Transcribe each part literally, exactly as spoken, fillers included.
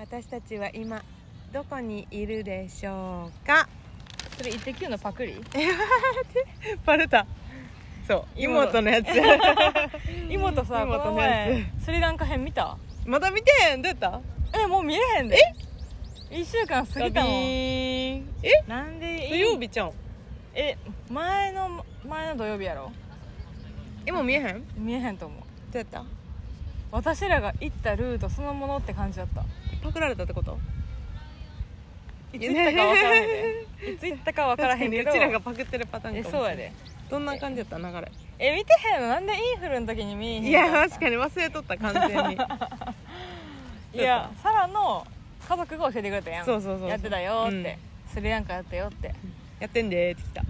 私たちは今どこにいるでしょうか。 それイッテ Q のパクリ？ バレた。そう妹のやつ妹さ、 妹こののや前スリランカ編見た？ まだ見てへん。どうやった？ え、もう見れへんで。えいっしゅうかん過ぎたもん。 えなんで土曜日ちゃん。 え、前の前の土曜日やろ。 え、もう見えへん。ど見えへんと思う。 うやった？ 私らが行ったルートそのものって感じだった。 パクられたってこと？ いつ行ったか分からへんで。いつ行ったか分からへんけど、 うちらがパクってるパターンかもしれない。 え、そうやで。 どんな感じだった流れ？ え、見てへんの？なんでインフルの時に見えへんいや確かに忘れとった完全にいや、サラの家族が教えてくれたやん。 そうそうそうそうやってたよって、 うんスリランカやったよってやってんでーってきた。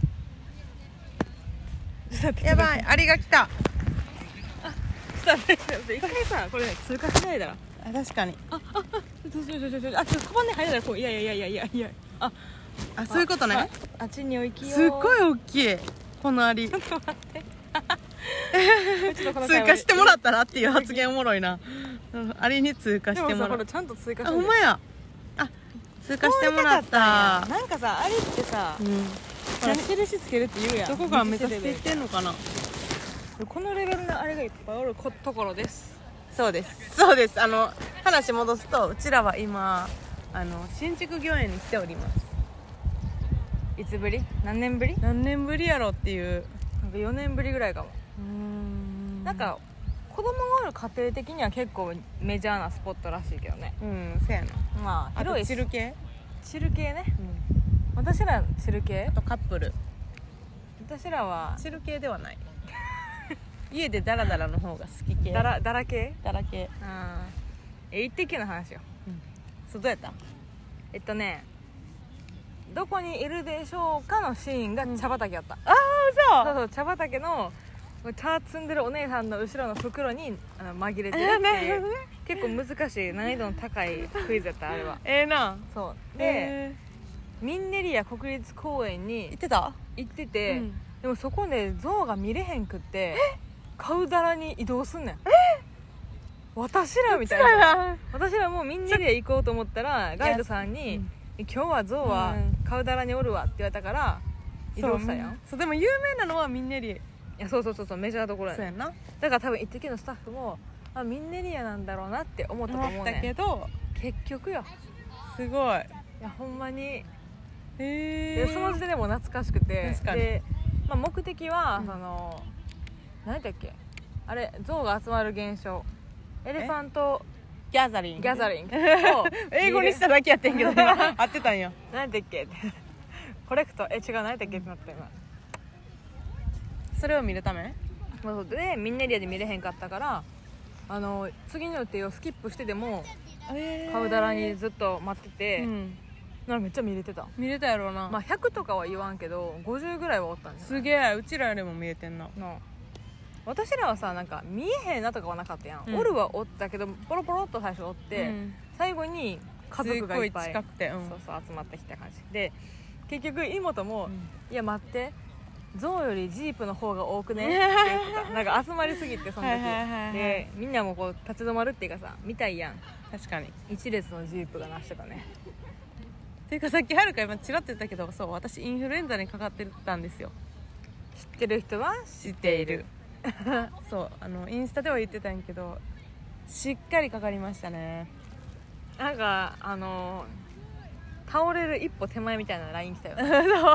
ちょっと待ってやばい、アリが来た。 ちょっと待ってちょっと一回さ、これね通過しないだら。 あ、確かに。 あ、あ、あ、ちょちょちょちょちょ、あ、ちょっとカバンに入れたらこう、いやいやいやいやいやいや、あ、 あ、そういうことね。 あ、あっちにお行きよ。 すっごい大きいこのアリ。 ちょっと待ってちょっとこの通過してもらったらっていう発言おもろいな。うんアリに通過でしてもらう。 もさ、これちゃんと追加あ、 してほんまや。あ、通過してもらった。 なんかさ、アリってさ、 うん。 ほら印つけるって言うやん。 どこから目指していってんのかな。 このレベルのあれがいっぱいおるところです。 そうですそうです。あの話戻すと、うちらは今あの新築御苑に来ております。 いつぶり？何年ぶり？ 何年ぶりやろっていう。 なんかよねんぶりぐらいかも。 うーんなんか子供がおる家庭的には結構メジャーなスポットらしいけどね。 うんそうやな。 まああと広いしチル系。 チル系ね。 うん。 私らチル系あ？とカップル。 私らはチル系ではない。家でダラダラの方が好き系。 ダラダラ系？ ダラ系。 うん。え、イッテ Q の話よ。 そうどうやった？ えっとね、どこにいるでしょうかのシーンが茶畑やった。 ああそうそう、茶畑の茶摘んでるお姉さんの後ろの袋にあの紛れてるっていう、結構難しい難易度の高いクイズやったあれは。 ええな。 そうで、 でミンネリア国立公園行にってた？ 行ってて、 うんでもそこで象が見れへんくってカウダラに移動すんねん。私らみたいな。私らもうミンネリア行こうと思ったらガイドさんに、 うん今日は象はカウダラにおるわって言われたから移動したやん。 そうでも有名なのはミンネリア。 いや、そうそうそうそう、メジャーどころやねん。 そうやな。 だから多分イッテ Q のスタッフもあミンネリアなんだろうなって思ったと思思ったうねん。 けど結局よ、 すごい。 いやほんまに、 へでえ。 その時点でも懐かしくて、 確かにで、まあ、目的は、 うんその何だっけあれ、象が集まる現象、エレファントギャザリング。 ギャザリングを英語にしただけやってんけど今合ってたんや。 何だっけってコレクト、え違う何だっけってなった今。 それを見るため？ まあそうでミンネリアで見れへんかったから、あの次の予定をスキップしてでもカウダラにずっと待ってて、 うんなんかめっちゃ見れてた。 見れたやろうな。 まあひゃくとかは言わんけどごじゅうぐらいはおったんじゃない？ すげえ、うちらよりも見えてんな。 な私らはさ、なんか見えへんなとかはなかったやん、 うんおるはおったけどポロポロっと最初おって、 うん最後に家族がいっぱいすっごい近くて、うんそうそう集まってきた感じで、結局妹も、 うんいや待って象よりジープの方が多くねって言ってたなんか集まりすぎてその時、 はいはいはいはいでみんなもこう立ち止まるっていうかさ、見たいやん、 確かに。 一列のジープがなしてたね。 ていうかさっきはるか今チラッと言ったけど、そう私インフルエンザにかかってたんですよ。 知ってる人は知っているそうあのインスタでは言ってたんやけど、しっかりかかりましたね。 なんかあの倒れる一歩手前みたいな ライン 来たよ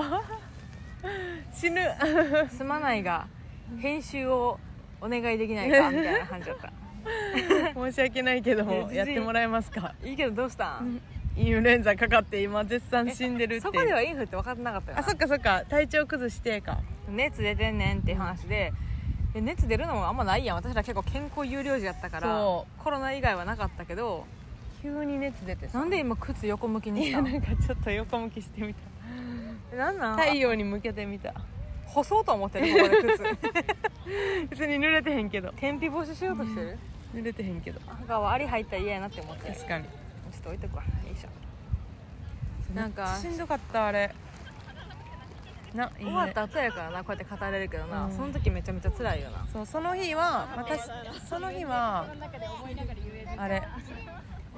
死ぬすまないが編集をお願いできないかみたいな感じだった申し訳ないけどいや全然やってもらえますか。 いいけどどうしたん、 インフルエンザかかって今絶賛死んでるっていう。 そこではインフって分かってなかったよな。 あ、そっかそっか、体調崩してか。 熱出てんねんっていう話で、で熱出るのもあんまないやん。私ら結構健康有料児やったからそコロナ以外はなかったけど、 急に熱出てさ、 なんで今靴横向きにいやしたん？ なんかちょっと横向きしてみた。 えなんなん？ 太陽に向けてみた。 干そうと思ってるここで靴別に濡れてへんけど。 天日干ししようとしてる？ 濡れてへんけど。 赤はアリ入ったら嫌やなって思って、 確かに。 ちょっと置いとくわ。よいしょ。なんかしんどかったあれ。な、 終わった後やからな、こうやって語れるけどな、 うんその時めちゃめちゃ辛いよな。 そう、その日は私その日はあれ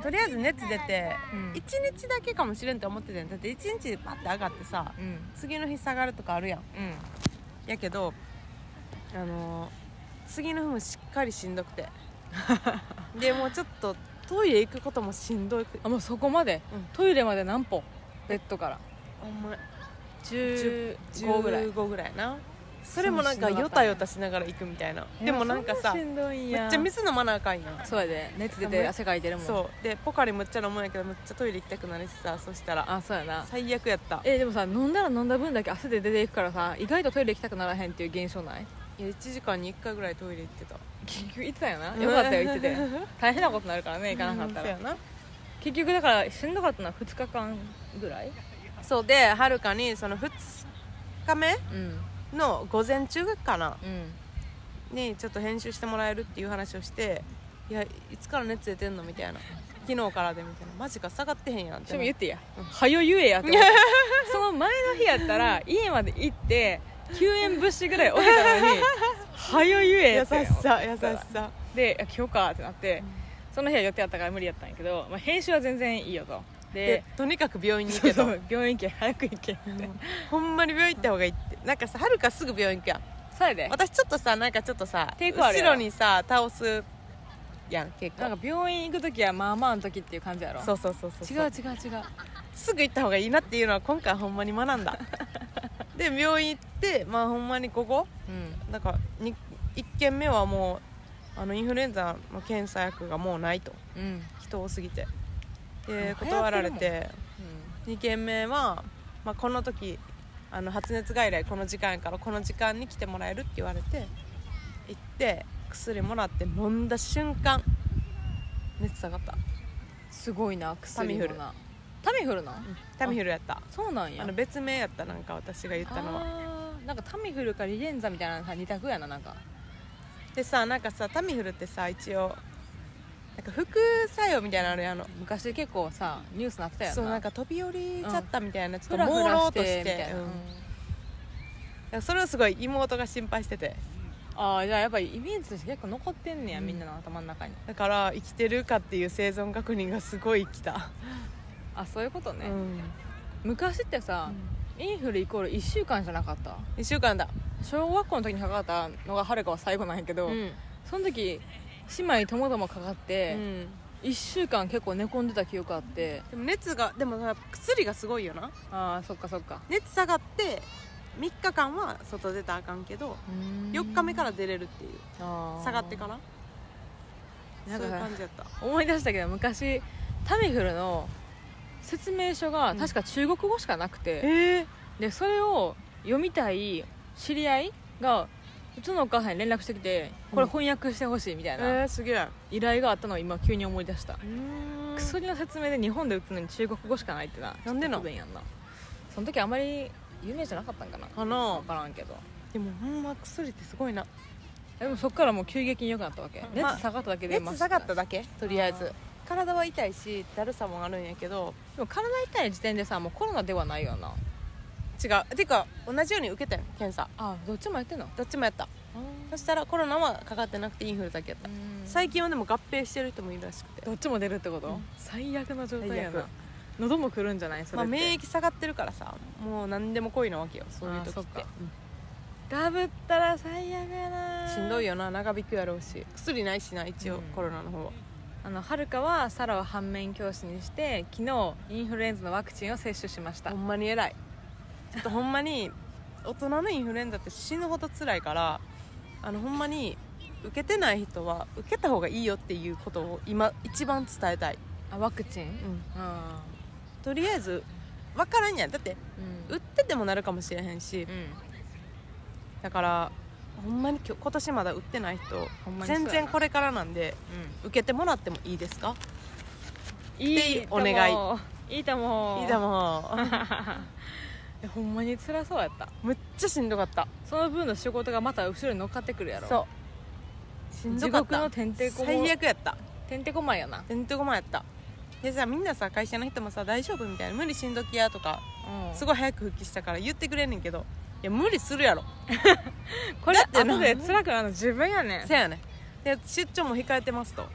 とりあえず熱出て、 うんいちにちだけかもしれんって思ってたんだっていちにちパッて上がってさ、 うん次の日下がるとかあるやん。 うんやけどあのー、次の日もしっかりしんどくてでもうちょっとトイレ行くこともしんどいくあもうそこまで、 うんトイレまで何歩ベッドからほんまじゅうごぐらいじゅうごぐらいな。それもなんかそうしんどかったねヨタヨタしながら行くみたいな。でもなんかさそんなしんどいんめやっちゃ水飲まなあかんやん。 そうやで熱出て汗かいてるもんそうでポカリむっちゃ飲むんやけどむっちゃトイレ行きたくなるしさ、そしたらあそうやな最悪やった。 えでもさ飲んだら飲んだ分だけ汗で出ていくからさ意外とトイレ行きたくならへんっていう現象ない？ いやいちじかんにいっかいぐらいトイレ行ってた。 結局行ってたよなよかったよ行ってて大変なことになるからね行かなかったら、 うんそうやな。 結局だからしんどかったのはふつかかんぐらいそうではるかにそのふつかめうんの午前中かなうんにちょっと編集してもらえるっていう話をして、いやいつから熱出てんのみたいな、昨日からでみたいな、マジか下がってへんやんっしてかも言ってや、 うんはよ言えやって思ってその前の日やったら家まで行って救援物資ぐらい置けたのにはよ言え優っしてさ優しさでいや今日かってなって、その日は予定あったから無理やったんやけど、まあ、編集は全然いいよとででとにかく病院に行けとそう病院行け早く行けってほんまに病院行った方がいいってなんかさはるかすぐ病院行くやん。 そうやで私ちょっとさなんかちょっとさ抵抗あるやろ後ろにさ倒すやん結構。 なんか病院行く時はまあまあの時っていう感じやろそうそうそうそう違う違う違うすぐ行った方がいいなっていうのは今回ほんまに学んだで病院行ってまあほんまにここうんなんかにいっけんめはもうあのインフルエンザの検査薬がもうないと、 うん人多すぎてでもう流行ってるもん断られてにけんめは、まあ、この時あの発熱外来この時間やからこの時間に来てもらえるって言われて行って薬もらって飲んだ瞬間熱下がった。 すごいな薬タミフルもなタミフルな、 タミフルやった。 そうなんやあの別名やったなんか私が言ったのは。 あーなんかタミフルかリレンザみたいなさ二択やななんかでさなんかさタミフルってさ一応なんか副作用みたいなのあるやん。あの昔結構さニュースなってたやんなそうなんか飛び降りちゃったみたいな、ちょっとフラフ朦ラして朧としてみたいな、 うんうんだからそれをすごい妹が心配してて、 ああじゃあやっぱりイメージとして結構残ってんねや、 うんみんなの頭の中にだから生きてるかっていう生存確認がすごい来た、 あそういうことね、 うん昔ってさ、インフルイコールいっしゅうかんじゃなかったいっしゅうかんだ、 小学校の時にかかったのがはるかは最後なんやけど、 うんその時姉妹ともどもかかっうて、 ん、 いっしゅうかん結構寝込んでた記憶あって、 でも熱がでもさ薬がすごいよな。 ああそっかそっか熱下がってみっかかんは外出たらあかんけどよっかめから出れるっていうら下がってからなんかそういう感じやった。 思い出したけど昔タミフルの説明書が確か中国語しかなくて、 ええでそれを読みたい知り合いがうちのお母さんに連絡してきてこれ翻訳してほしいみたいえなー、すげえ。 依頼があったのを今急に思い出した、 うーん薬の説明で日本で打つのに中国語しかないってななんでなんちょっと不便やんな。その時あまり有名じゃなかったんかなかな分からんけど、 でもほんま薬ってすごいな。 でもそっからもう急激に良くなったわけ、 まあ熱下がっただけで熱下がっただけとりあえずあー体は痛いしだるさもあるんやけどでも体痛い時点でさもうコロナではないよな。 違うてか同じように受けたよ検査あどっちもやってんの。 どっちもやった。そしたらコロナはかかってなくてインフルだけやった。最近はでも合併してる人もいるらしくて、 どっちも出るってこと、 うん最悪の状態やな最悪。 喉も来るんじゃないそれまあ、 って、 免疫下がってるからさもう何でも恋なわけよそういう時っ、 あーそってかダブったら最悪やな。 しんどいよな長引くやろうし薬ないしな一応、 うんコロナの方はあのはるかはサラを反面教師にして昨日インフルエンザのワクチンを接種しましたほ。んまに偉い。ちょっとほんまに大人のインフルエンザって死ぬほど辛いからあのほんまに受けてない人は受けた方がいいよっていうことを今一番伝えたい、 あワクチン、 うん、 うんとりあえず分からんやんだってうん打っててもなるかもしれへんしうんだからほんまに今日今年まだ打ってない人ほんまにそうやな全然これからなんで受けてもらってもいいですか。 うん、いいお願いいいともいいだもえほんまに辛そうやった。 んむっちゃしんどかった。 その分の仕事がまた後ろに乗っかってくるやろ。 そうしんどかった。 地獄のてんてこ最悪やった。 てんてこまいやな。 てんてこまやったでさみんなさ会社の人もさ大丈夫みたいな無理しんどきやとかうんすごい早く復帰したから言ってくれんねんけどいや無理するやろこれだってな後で辛くなるの自分やねん。 せやねんで出張も控えてますとうん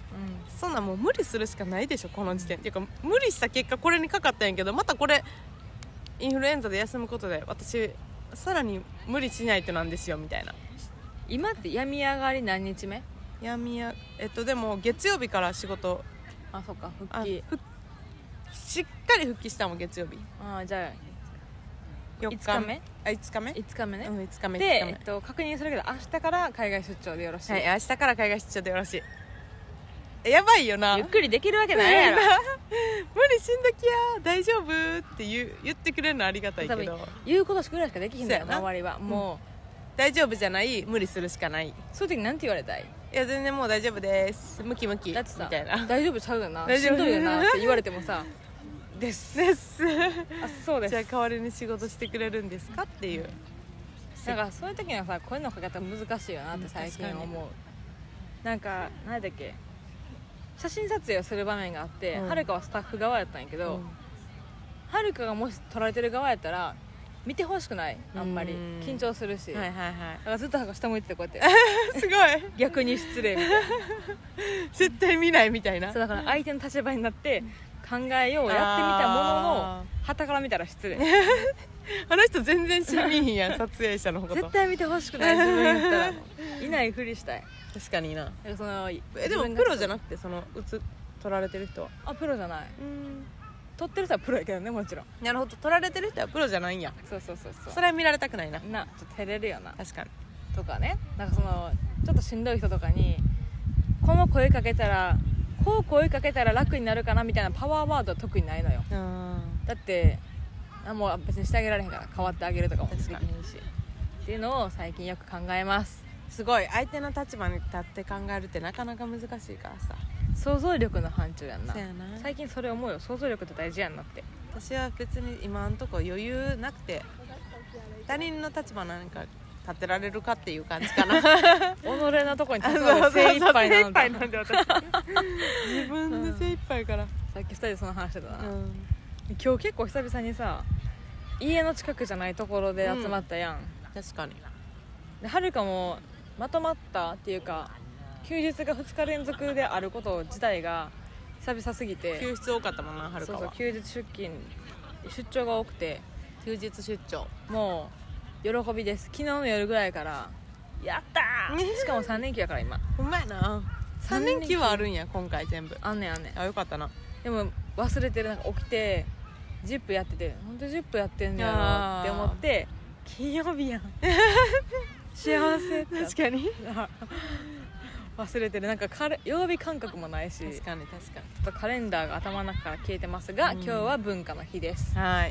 そんなもう無理するしかないでしょこの時点っていうか、無理した結果これにかかったんやけど、またこれインフルエンザで休むことで私さらに無理しないとなんですよみたいな。 今って病み上がり何日目？ 闇やえっとでも月曜日から仕事、 あ、そっか、復帰。 ふしっかり復帰したもん月曜日。 ああ、じゃあよっかいつかめ？ あいつかめいつかめね、 うんいつかめで、 いつかめえっと、確認するけど明日から海外出張でよろしい？ はい、明日から海外出張でよろしい。えやばいよな。 ゆっくりできるわけないやろ無理しんどきや大丈夫って言う言ってくれるのありがたいけ多分ど、 言うことしくらいしかできひんだよそうやな周りは、も大丈夫じゃない無理するしかない。 うそういう時なんて言われたい？ いや全然もう大丈夫ですムキムキだってさみたいな大丈夫ちゃうよな、 大丈夫しんどいよなって言われてもさですですあ、そうです。 じゃあ代わりに仕事してくれるんですかっていう。 なんかそういう時にはさ声のかけ方難しいよなって最近思う。なんか何だっけ、写真撮影をする場面があって、 うんはるかはスタッフ側やったんやけど、はるかがもし撮られてる側やったら見てほしくない、あんまりうん緊張するし、 はいはいはだからずっとなんか下向いててこうやっていすごい逆に失礼みたいな絶対見ないみたいな。 そうだから相手の立場になって考えようやってみたものの傍から見たら失礼あの人全然知らみひんやん撮影者のこと。 絶対見てほしくない、自分やったらいないふりしたい。 確かにな。 なんかそのえでもプロじゃななくてそのうつ撮られてる人はあ、プロじゃない、 うん撮ってる人はプロやけどね、もちろん。 なるほど、撮られてる人はプロじゃないんや。 そうそうそうそう、 それは見られたくないな。 なちょっと照れるよな確かに。 とかね。なんかそのちょっとしんどい人とかにこの声かけたらこう声かけたら楽になるかなみたいなパワーワードは特にないのよ。 うんだってあもう別にしてあげられへんから変わってあげるとかもできへんし確かっていうのを最近よく考えます。 すごい相手の立場に立って考えるってなかなか難しいからさ。 想像力の範疇やんな。 そうやな。 最近それ思うよ、想像力って大事やんなって。 私は別に今んとこ余裕なくて他人の立場なんか立ってられるかっていう感じかな。 己のとこに立つのが精一杯なのだ。 精一杯なんで私自分で精一杯から、 さっきふたりでその話してたな、 うん今日結構久々にさ家の近くじゃないところで集まったやん、 確かに。 ではるかもまとまったっていうか休日がふつか連続であること自体が久々すぎて、 休日多かったもんな、はるかは。 そうそう休日出勤出張が多くて休日出張もう喜びです。昨日の夜ぐらいからやったーしかもさん連休やから今ほんまやな。さん連休はあるんや今回全部。 あんねんあんねん。 あよかったな。 でも忘れてる、なんか起きてジップやっててほんとジップやってんねやろって思って金曜日やん幸せって確かに忘れてる。なんかカレ曜日感覚もないし、 確かに確かに。 ちょっとカレンダーが頭の中から消えてますが、 うん今日は文化の日です。 はい。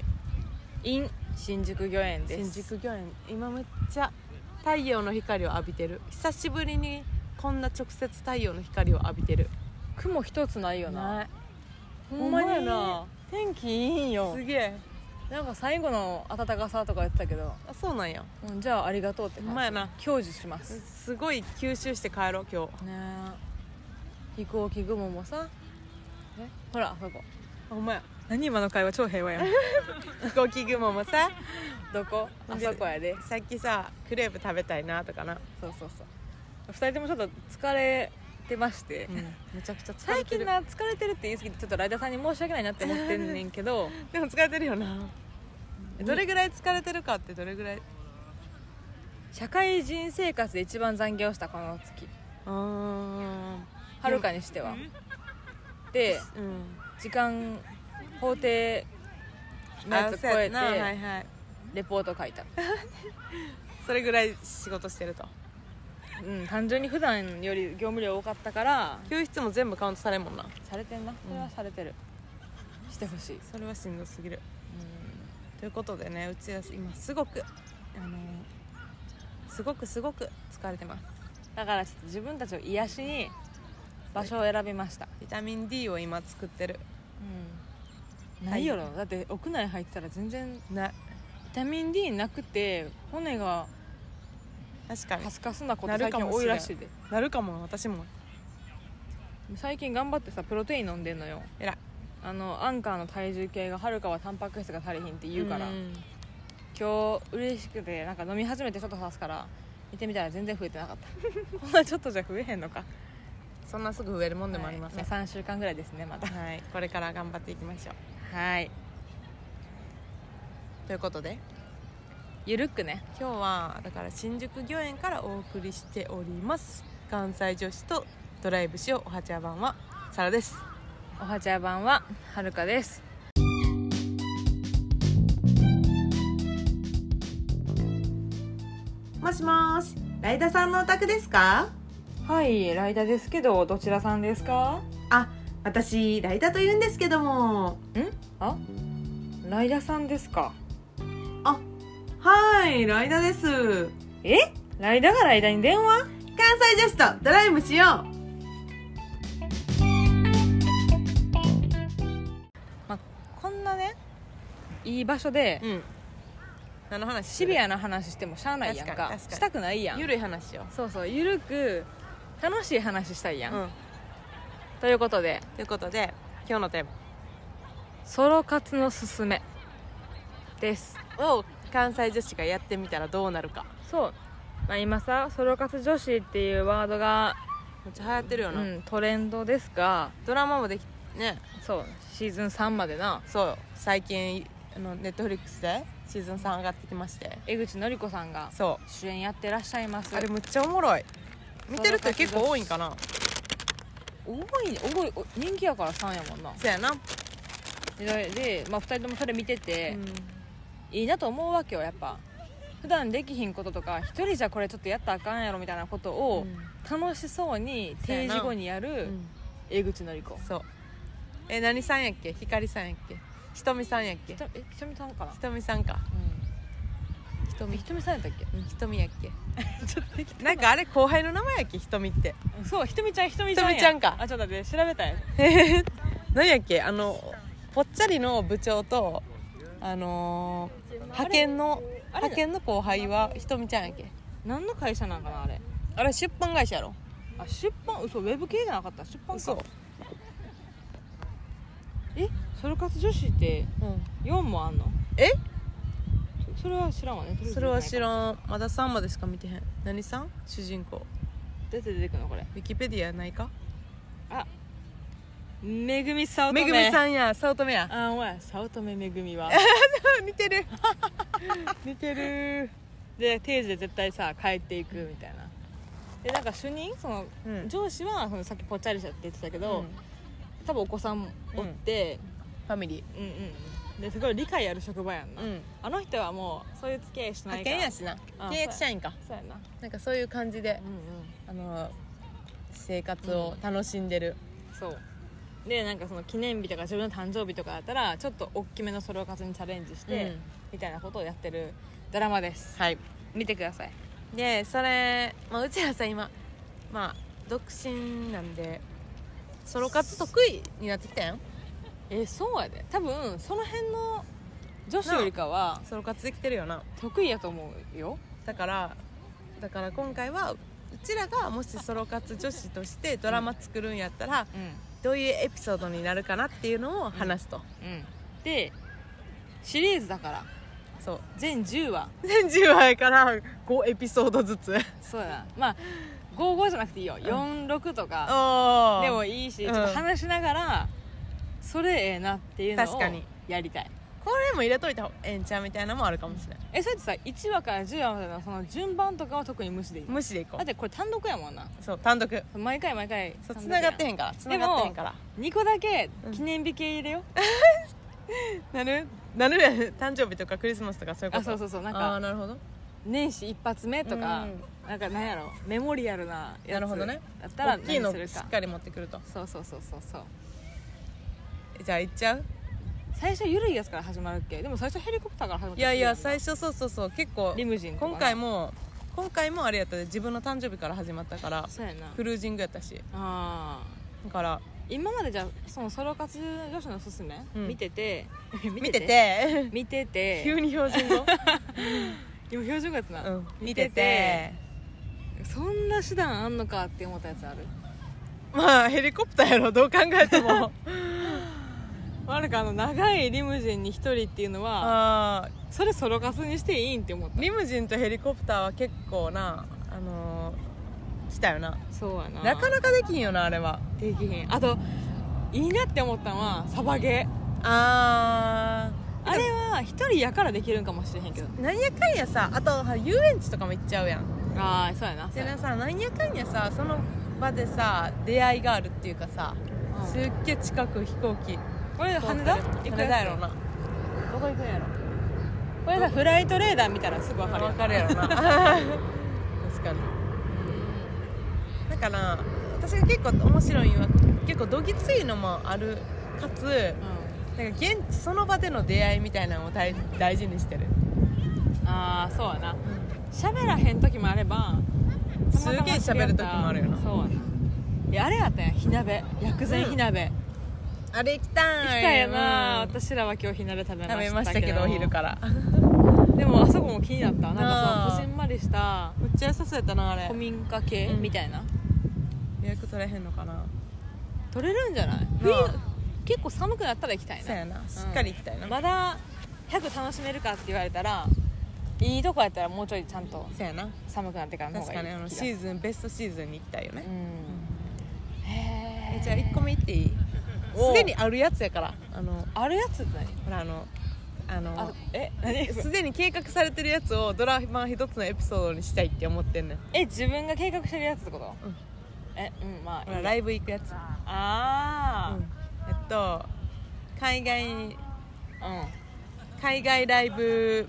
in 新宿御苑です。 新宿御苑今めっちゃ太陽の光を浴びてる。久しぶりにこんな直接太陽の光を浴びてる。 雲一つないよな。 ないほんまにほんまやな。 天気いいんよす。げえ。 なんか最後の暖かさとか言ってたけど、 あそうなんや。 うん、じゃあありがとうって感じ。 ほんまやな。 享受しますすごい吸収して帰ろう今日。 ねえ。飛行機雲もさ、えほらあそこ。 ほんまや。 何今の会話超平和やん飛行機雲もさ、 どこ？あそこやで。 さっきさクレープ食べたいなとかな。 そうそうそう。ふたりともちょっと疲れてまして、 うんめちゃくちゃ疲れてる。 最近な疲れてるって言い過ぎてちょっとライダーさんに申し訳ないなって思ってんねんけどでも疲れてるよな。どれぐらい疲れてるかってどれぐらい。 社会人生活で一番残業したこの月、 あーはるかにしては。でうん時間法定のやつ超えてあそうやなはいはい。 レポート書いた。 それぐらい仕事してると。 うん単純に普段より業務量多かったから休日も全部カウントされんもんな。 されてんな。それはされてる、してほしい。 それはしんどすぎる。ということでね、うちは今すごくあのすごくすごく疲れてます。 だからちょっと自分たちを癒しに場所を選びました。 ビタミン D を今作ってる。 うん、ないよろ。だって屋内入ったら全然なビタミン D なくて骨が確かにカスカスなことなる最近かもしれん多いらしいで。 なるかも。私も最近頑張ってさプロテイン飲んでんのよ。 えらい。 あのアンカーの体重計がはるかはタンパク質が足りひんって言うから、 ん今日嬉しくてなんか飲み始めてちょっと経つから見てみたら全然増えてなかったこんなちょっとじゃ増えへんのか。 そんなすぐ増えるもんでもありません、 はい、さんしゅうかんぐらいですねまだ。 はい、これから頑張っていきましょう。 はいということでゆるっくね。 今日はだから新宿御苑からお送りしております。関西女子とドライブしようおはちゃ版はサラです。 おはちゃ版ははるかです。 もしもし、ライダさんのお宅ですか？ はい、ライダですけどどちらさんですか？ あ、私ライダと言うんですけども。 ん？あ、ライダさんですか？ あ、はい、ライダです。 え？ライダがライダに電話？ 関西女子とドライブしよう。 まあ、こんなねいい場所で、 うん、何の話？ シビアな話してもしゃあないやんか。 確かに確かにしたくないやん。 ゆるい話よ。 そうそう、ゆるく楽しい話したいやん、 うん、 ということでということで今日のテーマソロ活のすすめですを関西女子がやってみたらどうなるか。 そう、まあ、今さソロ活女子っていうワードが、 めっちゃ流行ってるよな、 うん、トレンドですが、 ドラマもできね。 そうシーズンさんまでな。 そうよ、最近あのネットフリックスでシーズンさん上がってきまして、 江口のり子さんがそ主演やってらっしゃいます。 うあれむっちゃおもろい。見てる人結構多いんかな。 多い多いお人気やからさんやもんな。 そうやな。 で、でまあ、ふたりともそれ見てて、 うん、 いいなと思うわけよ。やっぱ普段できひんこととか一人じゃこれちょっとやったらあかんやろみたいなことを楽しそうに定時後にやる江口のり子。 そう。え、何さんやっけ？ひかりさんやっけ？ひとみさんやっけ？ ひとえひとみさんかな。 ひとみさんか。 うん、 ひとみひとみさんやったっけ？ うん、ひとみやっけ？ ちょっと適当なんかあれ後輩の名前やっけ？ひとみって。 そうひとみちゃんひとみちゃんや。 ひとみちゃんか。 あ、ちょっと待って調べたよ。 何やっけ？あのぽっちゃりの部長とあのー、派遣の派遣の後輩はひとみちゃんやっけ？ 何の会社なんかなあれ。 あれ出版会社やろ。 あ、出版、嘘、ウェブ系じゃなかった。出版か。 嘘。 え、ソロ活女子ってうん、 よんもあんの？ え？ そそれは知らんわね。 それは知ん。 らん。まださんまでしか見てへん。何さん？主人公。 出て出てくのこれ。 ウィキペディアないか？ あ、めぐみさおとめ。 めぐみさんや、早乙女や。 あ、お前さおとめめぐみは似てる似てる。 で定時で絶対さ帰っていくみたいな。でなんか主任その、 うん、 上司はそのさっきぽっちゃりしたって言ってたけど、 うん、 多分お子さんおって、 ファミリうん、うんうんですごい理解ある職場やんな、 ー、うん、 あの人はもうそういう付き合いしない派から。 遣やしな。 あ契約社員か。 そうやな。 なんかそういう感じで、 うんうん、 あの生活を楽しんでる、 そうでなんかその記念日とか自分の誕生日とかだったらちょっと大きめのソロ活にチャレンジして、 うん、 みたいなことをやってるドラマです。 はい。 見てください。 でそれ、まあ、うちらさ今まあ独身なんでソロ活得意になってきたやん。 えそうやで。多分その辺の女子よりかはソロ活できてるよな。 得意やと思うよ。 だからだから今回はうちらがもしソロ活女子としてドラマ作るんやったら、 うんどういうエピソードになるかなっていうのを話すと、 うんうん、でシリーズだからそう全じゅうわ全じゅうわやからごエピソードずつそうやな。まあごごじゃなくていいよ、よんろくとかおでもいいし、 うんちょっと話しながらそれええなっていうのを確かにやりたい。 これも入れといた方がええんちゃうみたいなのもあるかもしれない。 えそれってさいちわからじゅうわまでのその順番とかは特に無視でいい？ 無視でいこだってこれ単独やもんな。 う。そう単独。 毎回毎回そう繋がってへんから繋がってへんからにこだけ記念日系入れよ、 なるなるや誕生日とかクリスマスとかそういうこと。 あそうそうそうなんあかーなるほど。 年始一発目とか、 うんなんかなんやろメモリアルなやつなるほどね。 だったら大きいの何するか。 しっかり持ってくると。 そうそうそうそうそう。 じゃあ行っちゃう？ 最初ゆるいやつから始まるっけ？でも最初ヘリコプターから始まった。 いやいや最初そうそうそう結構リムジンとか、ね、 今回も今回もあれやったで自分の誕生日から始まったからそうやな。 クルージングやったし、 あだから今までじゃあそのソロ活女子のすすめ、 うん、 見てて見てて見てて急に標準語今標準語やつな、 うん、 見見ててててそんな手段あんのかって思ったやつある？ まあヘリコプターやろどう考えてもなんかあの長いリムジンに一人っていうのはあそれソロ活にしていいんって思った。 リムジンとヘリコプターは結構なあのー、 きたよな。 そうやな。 なかなかできんよなあれは。 できひん。あといいなって思ったのはサバゲー。 あー、 あれは一人やからできるんかもしれへんけど、 なんやかんやさ、あと遊園地とかも行っちゃうやん。 ああそうやな。 でなさ、なんやかんやさ、その場でさ出会いがあるっていうかさ、 うんすっげえ近く飛行機これ羽田行羽く田やろな。 どこ行くんやろ。これさフライトレーダー見たらすぐ分かるよ。 分かるやろな確かに。だから私が結構面白いのは、結構どぎついのもあるかつ、なんか現地その場での出会いみたいなのを大大事にしてる。 うん、ああそうやな。喋らへん時もあればすげえ喋る時もあるよな。 そうやな。いやあれやったんや、火鍋、薬膳火鍋、 あれ行きたい。 行きたいよな、 うん私らは今日火鍋食べましたけど食べましたけどお昼からでもあそこも気になった。なんかそのこじんまりしためっちゃ良さそうやったなあれ。 古民家系、 うんみたいな。 予約取れへんのかな。 取れるんじゃない？冬結構寒くなったら行きたいな。 そうやな、しっかり行きたいな、 うんまだひゃく楽しめるかって言われたら、いいとこやったらもうちょいちゃんとそうやな。 寒くなってからの方がいい。 確かにあのシーズンベストシーズンに行きたいよね。 うん、へえ。 えじゃあいっこめ行っていい？ おすでにあるやつやから、あのあるやつって何？ ほらあのああのえ何？ すでに計画されてるやつをドラマ一つのエピソードにしたいって思ってんねん。 え自分が計画してるやつってこと？ うんえうんまあいいやほらライブ行くやつ、 あうんえっと海外あうん海外ライブ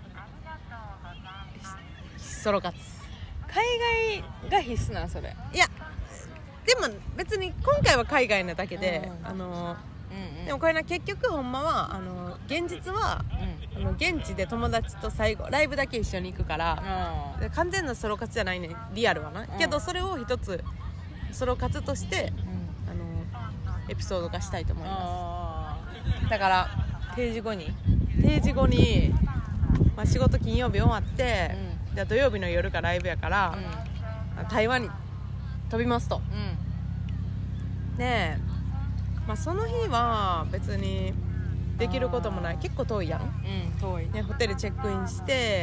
ソロ活。 海外が必須なのそれ？ いやでも別に今回は海外なだけで、 うんあのうんうんでもこれな、結局ほんまはあの現実はあの現地で友達と最後ライブだけ一緒に行くから、 うんで完全なソロ活じゃないね、リアルはな、 んけどそれを一つソロ活としてうんあのエピソード化したいと思いまあす。だからー定時後に定時後に、まあ、仕事金曜日終わって、 うで土曜日の夜がライブやから、台湾に飛びますと。 うんで、まあ、その日は別にできることもない、結構遠いやん、 うん遠い。 ね、ホテルチェックインして、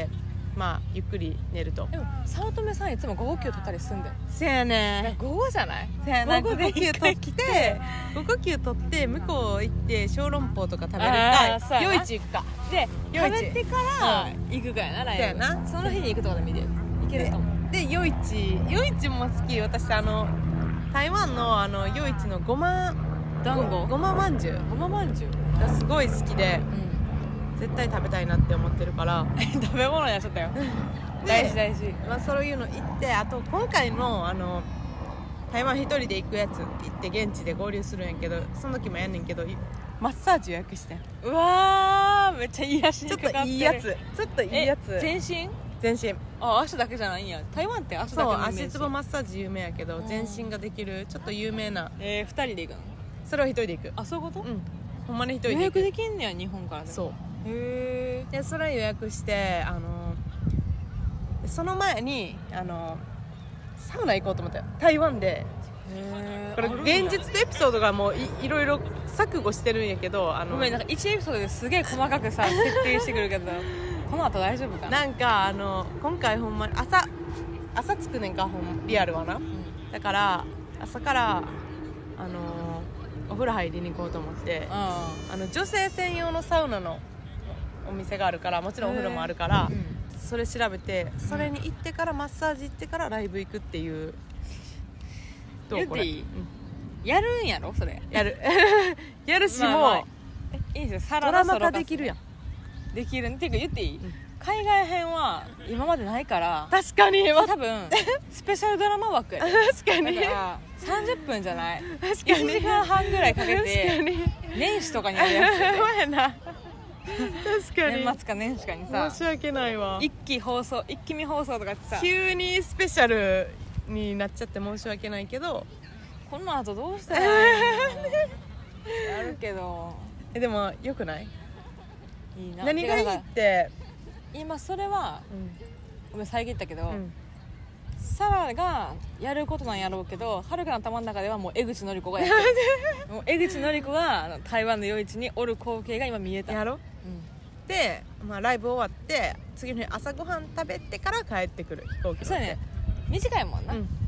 まあ、ゆっくり寝ると。 でも早乙女さんいつも午後休取ったりすんで。 せやね午後じゃない？ せやな、 午後で午後休取って午後休取って向こう行って小籠包とか食べるかあーそうやな夜市行くか。 で夜市食べてから行くかやなライブ。 そうやなその日に行くとかで見てる。行けると思う。 で夜市夜市も好き。私あの台湾のあの夜市のごま団子ごままんじゅうごままんじゅう。 がすごい好きで、 うん絶対食べたいなって思ってるから食べ物やちょっとよ。 で大事大事。 まあ、そういうの行って、あと今回のあの台湾一人で行くやつ行って現地で合流するんやけど、その時もやんねんけどマッサージ予約してん。 うわーめっちゃ癒しにちょっかかってる。 といいやつちょっといいやつえ全身？ 全身。 あ足だけじゃないんや。台湾って足だそうけのイメージ。 足つぼマッサージ有名やけどうん全身ができるちょっと有名な、 えー、ふたりで行くの？ それを一人で行く。 あそういうこと？ うんほんまに一人予で行く。 約できんねや日本からでも。 そうへでそれ予約してあのその前にあのサウナ行こうと思ったよ台湾で。 えこれ現実とエピソードがもう い, いろいろ錯誤してるんやけど、あのごめんなんかいちエピソードですげえ細かくさ設定してくるけどこの後大丈夫かな？ なんかあの今回ほんまに朝朝着くねんかほんリアルはな。だから朝からあのお風呂入りに行こうと思ってああの女性専用のサウナのお店があるから、もちろんお風呂もあるからうんそれ調べて、それに行ってからマッサージ行ってからライブ行くっていう。どうこれ、 言っていいうんやるんやろそれ？ やるやるし、 まあまあもえいいんですよ。サうドラマ化ラダソロ活できるやん。 できるっていうか言っていい、 ん海外編は今までないから確かに多分スペシャルドラマ枠やで確かにだからさんじゅっぷんじゃない確かいちにじかんはんぐらいかけ確かてに年始とかにやるやつやでそうやな確かに年末か年始かにさ申し訳ないわ。 一期放送一気見放送とかってさ急にスペシャルになっちゃって申し訳ないけど、 この後どうしたらいいのやるけどえでもよくない？ いいな。 何がいいてかって、 今それはごめん遮ったけど、 うんサラがやることなんやろうけど、はるかの頭の中ではもう江口のり子がやってるもう江口のり子があの台湾の夜市におる光景が今見えた。 やろうんで、まあ、ライブ終わって次の日朝ごはん食べてから帰ってくる飛行機乗って。 そうやね短いもんな、 うん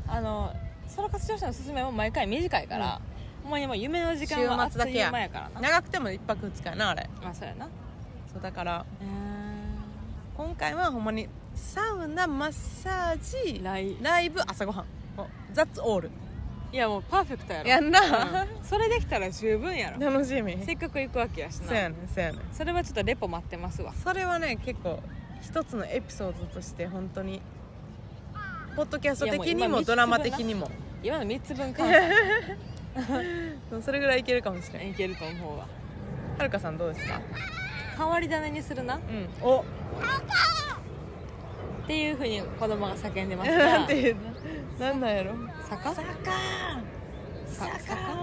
あのソロ活女子のすすめも毎回短いから、うん、ほんまにもう夢の時間はあっという間やからな。 長くてもいっぱくふつかやなあれ。 あ、そうやな。 そうだから今回はほんまにサウナ、マッサージ、 ライライブ、朝ごはん、ザッツオール。 いやもうパーフェクトやろ。 やんなそれできたら十分やろ。 楽しみ。 せっかく行くわけやしな。 そうやねんそうやねん。 それはちょっとレポ待ってますわ。 それはね結構一つのエピソードとして本当にポッドキャスト的にもドラマ的にも今のみっつぶんかそれぐらいいけるかもしれない。 いけると思うわ。 はるかさんどうですか？ 変わり種にするな、うん、 おっていうふうに子供が叫んでますがなんていうのなんなんやろ。 坂坂坂坂なんか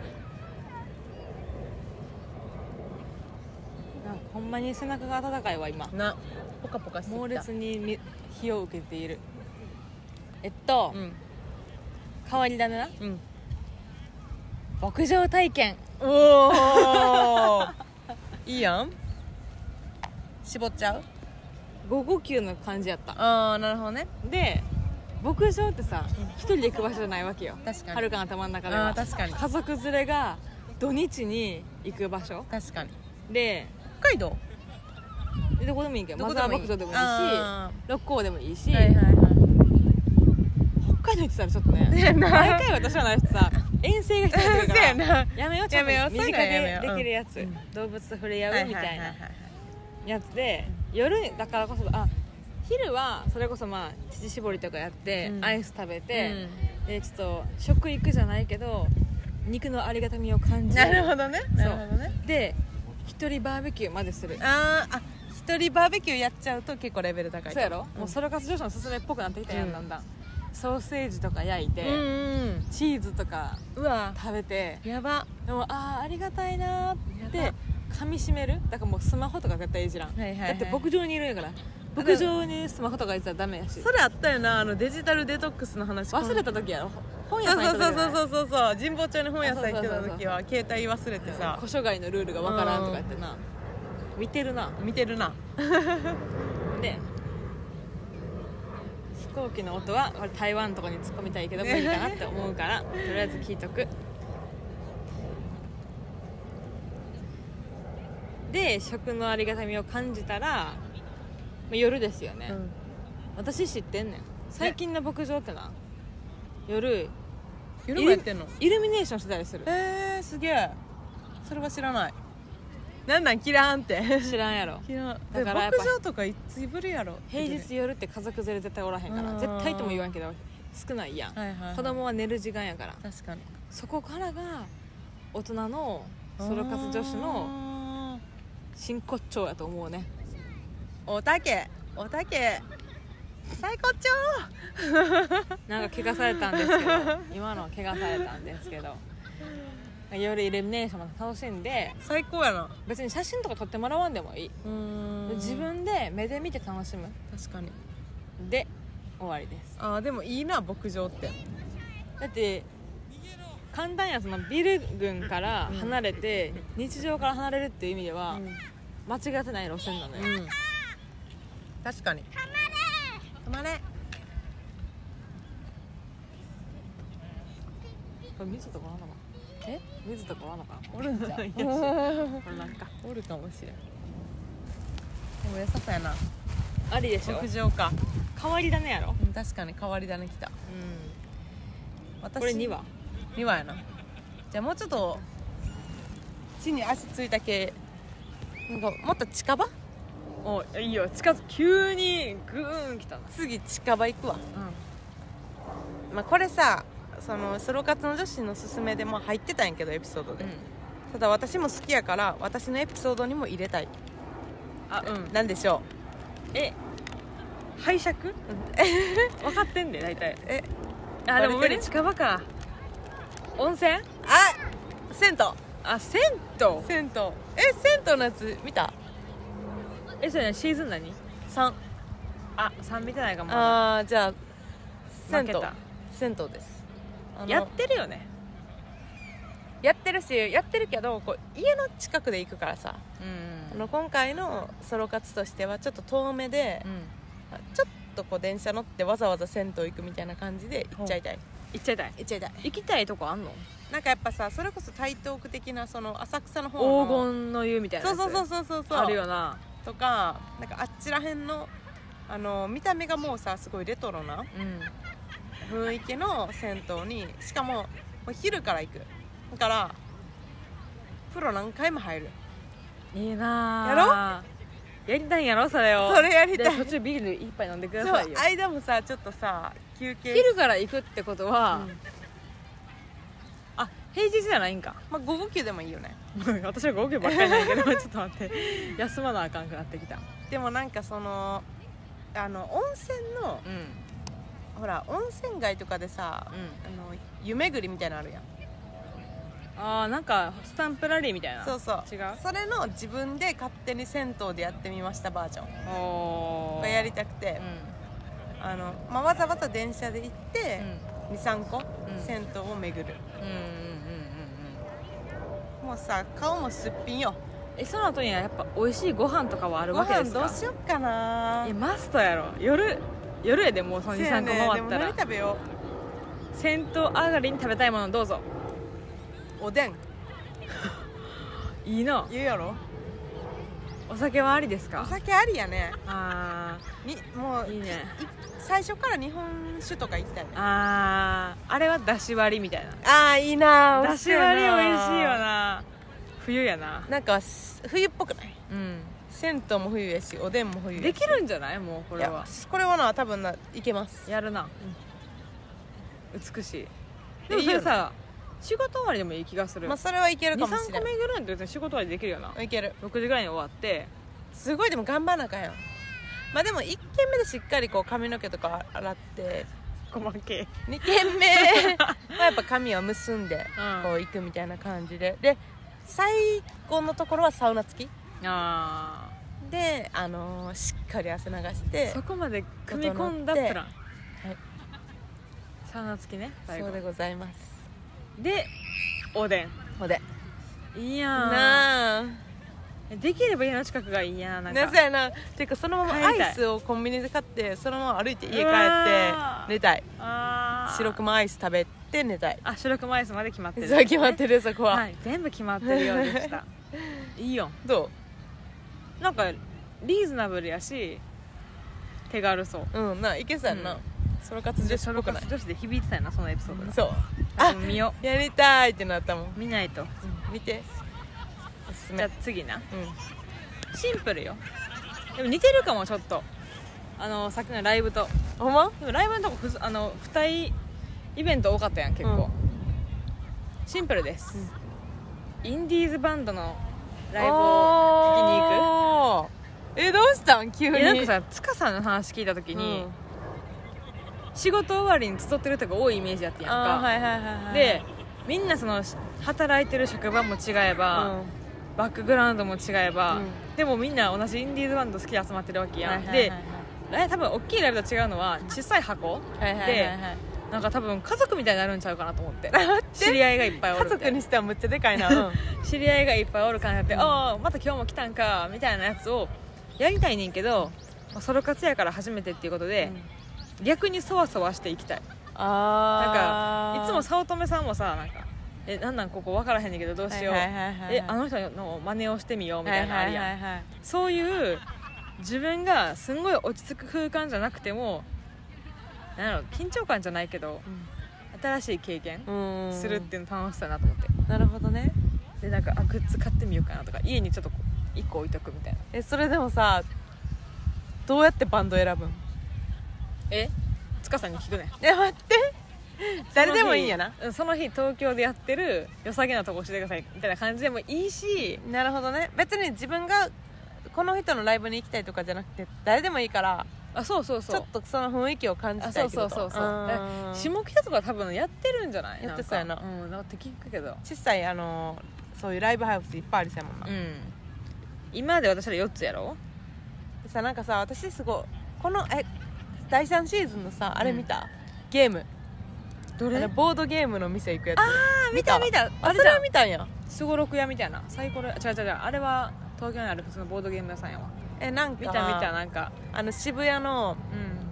ほんまに背中が温かいわ今な。ポカポカしてきた。 猛烈に火を受けている。えっと、うん、変わり種な、うん、牧場体験。 おおいいやん。絞っちゃう午後休の感じやった。 ああなるほどね。 で牧場ってさ一、うん、人で行く場所じゃないわけよ。 確かに。 はるかの頭の中では。あ、確かに。家族連れが土日に行く場所。 確かに。 で北海道どこでもいいけどマザー牧場でもいいし六甲でもいいし、 はいはいはい、 北海道行ってたらちょっとね毎回私はないしさ遠征が必要だからやめよう。ちょっと身近でできるやつ、うん、動物と触れ合うみたいなやつで、夜だからこそあ昼はそれこそまあ乳搾りとかやって、うん、アイス食べて、うん、でちょっと食育じゃないけど肉のありがたみを感じる。 なるほどね。なるほどね。 で一人バーベキューまでする。 ああ一人バーベキューやっちゃうと結構レベル高い。 そうやろ、うん、もうソロ活女子のすすめっぽくなってきたやん、うん、だんだんソーセージとか焼いて、うんうん、チーズとか食べてやば。 でもああありがたいなって噛み締める。だからもうスマホとか絶対いじらん、はいはいはい、だって牧場にいるんやから牧場にスマホとかいじったらダメやし。 それあったよなあのデジタルデトックスの話。 忘れた時やろ。本屋さん行った時。 そうそうそうそうそう神保町に本屋さん行ってた時は携帯忘れてさ古書街のルールがわからんとか言ってな見てるな見てるなで飛行機の音はこれ台湾とかに突っ込みたいけど無理かなって思うからとりあえず聞いとく。で食のありがたみを感じたら夜ですよね、うん、私知ってんねん最近の牧場ってな夜夜もやってんのイルミネーションしてたりする。 えー、すげえ。それは知らない。なんなんキラーンって知らんやろ。 キラーンだから牧場とかいつぶりやろ。 平日夜って家族連れ絶対おらへんから絶対とも言わんけど少ないやん、はいはいはい、子供は寝る時間やから。 確かに。 そこからが大人のソロ活女子の真骨頂やと思うね。 おたけおたけ最高潮なんか怪我されたんですけど今のは怪我されたんですけど夜イルミネーションも楽しんで最高やな。 別に写真とか撮ってもらわんでもいい。うーん自分で目で見て楽しむ。 確かに。 で終わりです。 あーでもいいな牧場って。 だって簡単やそのビル群から離れて、うん、日常から離れるっていう意味では、うん、間違ってない路線なのよ、うん、 確かに。止まれ。 これ水とかあんのかな。え水とかあんのかな。 おるんじゃんこれなんかおるかもしれん。でも良さそうやな。 ありでしょ。 牧場か。 変わり種やろ、 うん、確かに変わり種きた。うん。 私これにわにわやな。じゃあもうちょっと地に足ついた系なんかもっと近場。 おいいよ。近急にグーン来たな。 次近場行くわ。うん。まあこれさそのソロ活の女子のすすめでも入ってたんやけどエピソードで、うん、ただ私も好きやから私のエピソードにも入れたい。あうんなんでしょう。え拝借分かってんで大体。えあでも無理。近場か。 温泉。あ銭湯。 あ銭湯銭湯え銭湯のやつ見た。 えそれねシーズン何さん。 あさん見てないかも。 ああじゃあ銭湯銭湯です。 やってるよね。 やってるしやってるけどこう家の近くで行くからさ、うん、あの今回のソロ活としてはちょっと遠めで、うん、ちょっとこう電車乗ってわざわざ銭湯行くみたいな感じで行っちゃいたい。 行っちゃいたい行っちゃいたい。 行きたいとこあんの？ なんかやっぱさ、それこそ台東区的なその浅草の方の黄金の湯みたいなやつそうそうそうそうそうあるよな。 とか、なんかあっちらへんのあの見た目がもうさすごいレトロなうん雰囲気の銭湯に、しかももう昼から行くだから風呂何回も入る。 いいなやろやりたいんやろそれを。 それやりたい。 で途中ビール一杯飲んでくだそさいうよ。 間もさちょっとさ休憩、 昼から行くってことは、 うんあ平日じゃないんか。 まあ、午後休でもいいよね。 私はご休ばっかりないけどちょっと待って休まなあかんくなってきた。 でもなんかそのあの温泉のうんうんほら温泉街とかでさ、あの湯巡りみたいなのあるやん。 あーなんかスタンプラリーみたいな。 そうそう違う。 それの自分で勝手に銭湯でやってみましたバージョンおーがやりたくて、 うあのまあ、わざわざ電車で行ってんうんにさんこん銭湯を巡る。 うんうんうんうんうん。 もうさ顔もすっぴんよ。 えその後にはやっぱ美味しいご飯とかはあるご飯わけですか？ どうしよっかな。 えマストやろ。夜夜やでもうそのにさんこせやね回ったら、 でも何食べよ銭湯上がりに食べたいものどうぞ。 う。おでんいいな。 言うやろ。 お酒はありですおか？ 酒ありやね。 あにもういいね。 い最初から日本酒とか行きたいね。 ーあーあれはだし割りみたいな。 あーいいな。 だし割り美味しいよな。冬やな。 なんか冬っぽくない？ うん銭湯も冬やしおでんも冬やし。 できるんじゃない？もうこれいやはこれはな多分ないけます。 やるな、美しい。ででいいよねもそれさ仕事終わりでもいい気がする。 まあそれはいけるかもしにさんれない。 こ巡るんって別に仕事終わりできるよな。 いける。 ろくじぐらいに終わってすごいでも頑張らなあかんよ。まあでもいっけんめでしっかりこう髪の毛とか洗って細けにけんめはやっぱ髪を結んでうんこう行くみたいな感じで、で最後のところはサウナ付きあで、あのーしっかり汗流してーそこまで組み込んだプラン、 はい、 サウナ付きね最後そうでございます。 でおでほでんいいやんなあできれば家の近くがいいやんなんかなぜやな。ていうかそのままア帰りたいイスをコンビニで買ってそのまま歩いて家帰ってうわー寝たい。 あー白熊アイス食べて寝たい。 あ白熊アイスまで決まってる、 そう決まってるそこは、 はい全部決まってるようでしたいいよどなんかリーズナブルやし手軽そうううんないけそうやんな、 うんソロ活女で子っぽくないソロ活女子で響いてたよなそのエピソードがそうああ見よやりたいってなったもん、 う見ないと。 見ておすすじめ。 ゃあ次なうんシンプルよ。でも似てるかもちょっとあのさっきのライブと。 ほんまでもライブのとこふずあの付帯イベント多かったやん結構、 うんシンプルです、インディーズバンドのライブを聞きに行行く。えどうしたん急く。 に。 いやなんかさ塚さんの話聞いた時に、仕事終わりに集ってる人が多いイメージやってんやんか、 あーはいはいはいはい。 でみんなその働いてる職場も違えば、 うんバックグラウンドも違えば、 うんでもみんな同じインディーズバンド好きで集まってるわけやん、 はいはいはいはいでえ多分大きいライブと違うのは小さい箱はいはいはいはいでなんか多分家族みたいになるんちゃうかなと思って知り合いがいっぱいおる家みたいな族にしてはむっちゃでかいな、うん知り合いがいっぱいおる感じになって、ああまた今日も来たんかみたいなやつをやりたいねんけど、まあソロ活やから初めてっていうことで、逆にそわそわしていきたい。なんあかいつも早乙女さんもさなんかえなんなんここ分からへんねんけどどうしよう、 はいはいはいはいえあの人の真似をしてみようみたいなのあるやん、 はいはいはいはいそういう自分がすんごい落ち着く空間じゃなくてもなんやろ緊張感じゃないけど新しい経験うんするっていうの楽しそうやなと思って、 なるほどね。 でなんかあグッズ買ってみようかなとか家にちょっとこういっこ置いとくみたいな。 えそれでもさどうやってバンド選ぶん？ え塚さんに聞くね。 え待って誰でもいいんやな。 うんその日東京でやってる良さげなとこ教えてくださいみたいな感じでもいいし、 なるほどね。別に自分がこの人のライブに行きたいとかじゃなくて誰でもいいからあそうそうそうちょっとその雰囲気を感じあたいってこと。 そうそうそうそうーんだから下北とか多分やってるんじゃない？ やってそうやなんかうんなんかって聞くけど小さいあのそういうライブハウスいっぱいありそうやもんな、 うん今で私らよっつやろ。 でさなんかさ私すごいこのえだいさんシーズンのさあれ見た、ゲームどあれボードゲームの店行くやつ。ああ見た見たあれそれあれじゃんは見たんや。 すごろく屋みたいなサイコロ違う違う違うあれは東京にある普通のボードゲーム屋さんやわ。 えなんか見た見たなんかあの渋谷のうん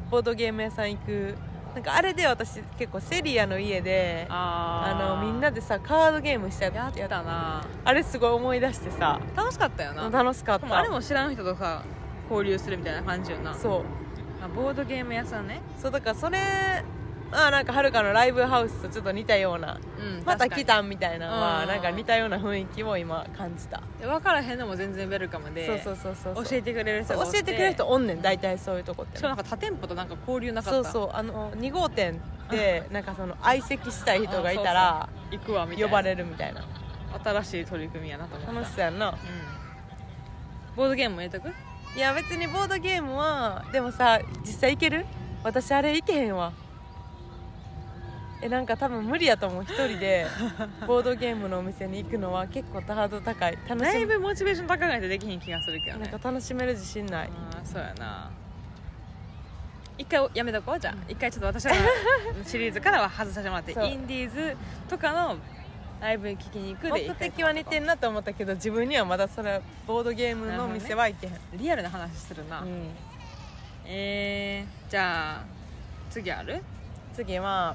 ボードゲーム屋さん行く。なんかあれで私結構セリアの家で あ, あのみんなでさカードゲームしたややったな。 あれすごい思い出してさ楽しかったよな。 楽しかった。 あれも知らん人とさ交流するみたいな感じよな。 そうあボードゲーム屋さんね。 そうだからそれあなんかはるかのライブハウスとちょっと似たような、うん、また来たんみたいなのはなんか似たような雰囲気を今感じた。 分からへんのも全然ウェルカムでそうそうそうそう教えてくれる人がおって教えてくれる人おんねん大体そういうとこって、ね、 しかもなんか他店舗となんか交流なかった。 そうそうあのに号店でなんかその相席したい人がいたらそうそう行くわみたいな呼ばれるみたいな新しい取り組みやなと思った。 楽しそうやんな、うん、 ボードゲームも入れとく。 いや別にボードゲームはでもさ実際いける？私あれいけへんわ。えなんか多分無理やと思う。一人でボードゲームのお店に行くのは結構ハードル高い。楽しだいぶモチベーション高いとできへん気がするけどね。 なんか楽しめる自信ない。 ああそうやな。一回やめとこう。じゃあ一回ちょっと私のシリーズからは外させてもらってインディーズとかのライブに聞きに行くで目的は似てんなと思ったけど自分にはまだそれボードゲームのお店は行けへん、ね、 リアルな話するな、うん、えー、じゃあ次ある？ 次は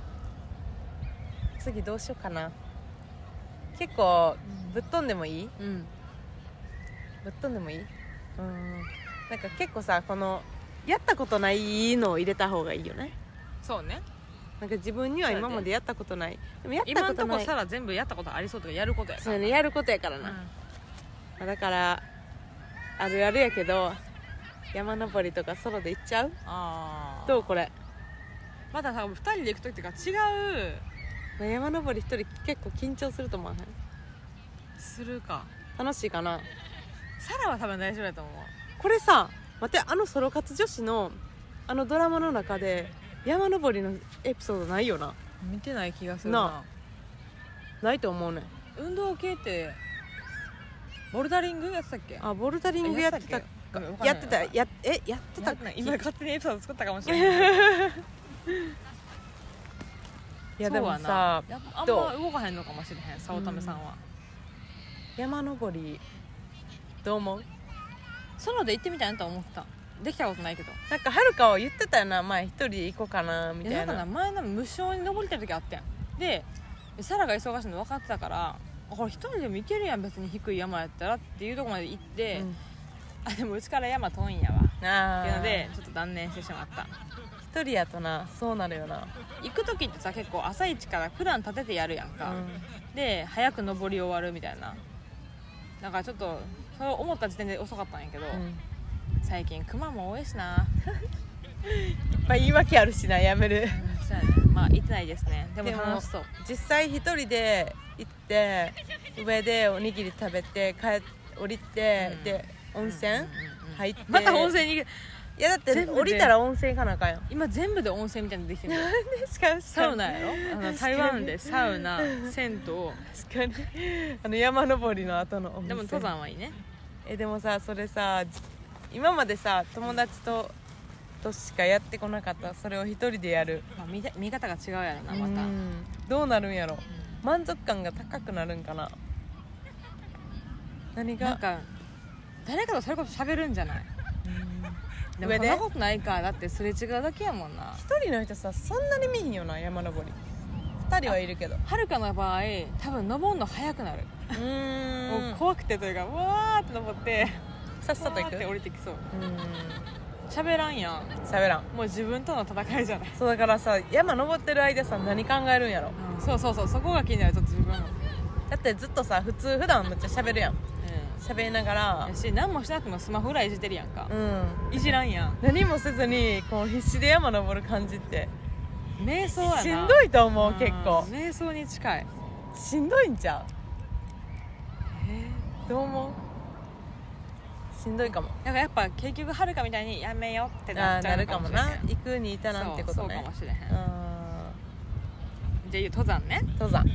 次どうしようかな。結構ぶっ飛んでもいい？うん、ぶっ飛んでもいい？うんなんか結構さこのやったことないのを入れた方がいいよね。そうね。なんか自分には今までやったことない。でもやったことない。 今んとこさら全部やったことありそうとかやることやから。 そうねやることやからな、うん、だからあるあるやけど山登りとかソロで行っちゃう？あどうこれ？ またさふたりで行くときとか違う。山登り一人結構緊張すると思わへん？ するか。 楽しいかな。 サラは多分大丈夫だと思う。 これさ待ってあのソロ活女子のあのドラマの中で山登りのエピソードないよな。 見てない気がするな。なないと思うね。 運動系ってボルダリングやってたっけ？ あボルダリングやってたやってたやえやってた今勝手にエピソード作ったかもしれないいやでもさあんま動かへんのかもしれへん早乙女さんは、 うん、山登りどう思う？ ソロで行ってみたいなと思ってた。できたことないけどなんかはるかは言ってたよな前一人で行こうかなみたいな。 いやだから前の無償に登りたい時あったやん。でサラが忙しいの分かってたからこれ一人でも行けるやん別に低い山やったらっていうところまで行って、うん、あでもうちから山遠いんやわあっていうのでちょっと断念してしまった。 一人やとなそうなるよな。 行く時ってさ結構朝一からプラン立ててやるやんか、うん、で早く登り終わるみたいな。だからちょっとそう思った時点で遅かったんやけど、うん、最近クマも多いしないっぱい言い訳あるしなやめる、うん、 そうやね。まあ行ってないですね。でも楽しそう。 実際一人で行って上でおにぎり食べて帰降りて、うん、で温泉、うんうんうん、入ってまた温泉に行く。 いやだって降りたら温泉行かなあかんやん。 今全部で温泉みたいなのできてるのしかサウナやろ。あの台湾でサウナ銭湯確かにあの山登りの後の温泉。 でも登山はいいね。 えでもさそれさ今までさ友達ととしかやってこなかったそれを一人でやる、 まあ、見, 見方が違うやろなまた。 どうなるんやろ、うん、満足感が高くなるんかな。何がなんか誰かとそれこそ喋るんじゃない？でもそんなことないか。だってすれ違うだけやもんな。 一人の人さそんなに見ひんよな山登り。二人はいるけどはるかの場合多分登るの早くなる。うーんもう怖くてというかわーって登ってさっさと行くって降りてきそう。喋らんやん。 喋らん。 もう自分との戦いじゃない。 そうだからさ山登ってる間さ何考えるんやろ、 うん、そうそうそうそこが気になる。ちょっと自分もだってずっとさ普通普段めっちゃ喋るやん。喋りながらやし何もしなくてもスマホぐらいいじってるやんか、うん、いじらんやん。 何もせずにこう必死で山登る感じって瞑想やな。 しんどいと思う。結構瞑想に近い。 しんどいんちゃう？えー、どう思う？しんどいかも。 なんかやっぱ結局はるかみたいにやめよってなっちゃうかもしれへん。 なるかもな。行くに至らんってことね。 そう、そうかもしれへん。じゃあ登山ね。 登山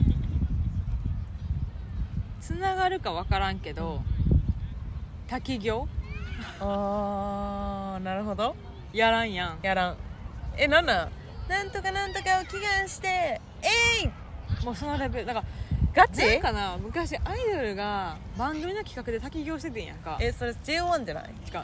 つながるか分からんけど滝行あーなるほど。 やらんやん。 やらん。えなんなんなんとかなんとかを祈願してえいもうそのレベルだからガチなんかな。昔アイドルが番組の企画で滝行しててんやんか。 えそれ ジェイオーワン じゃない？ 違う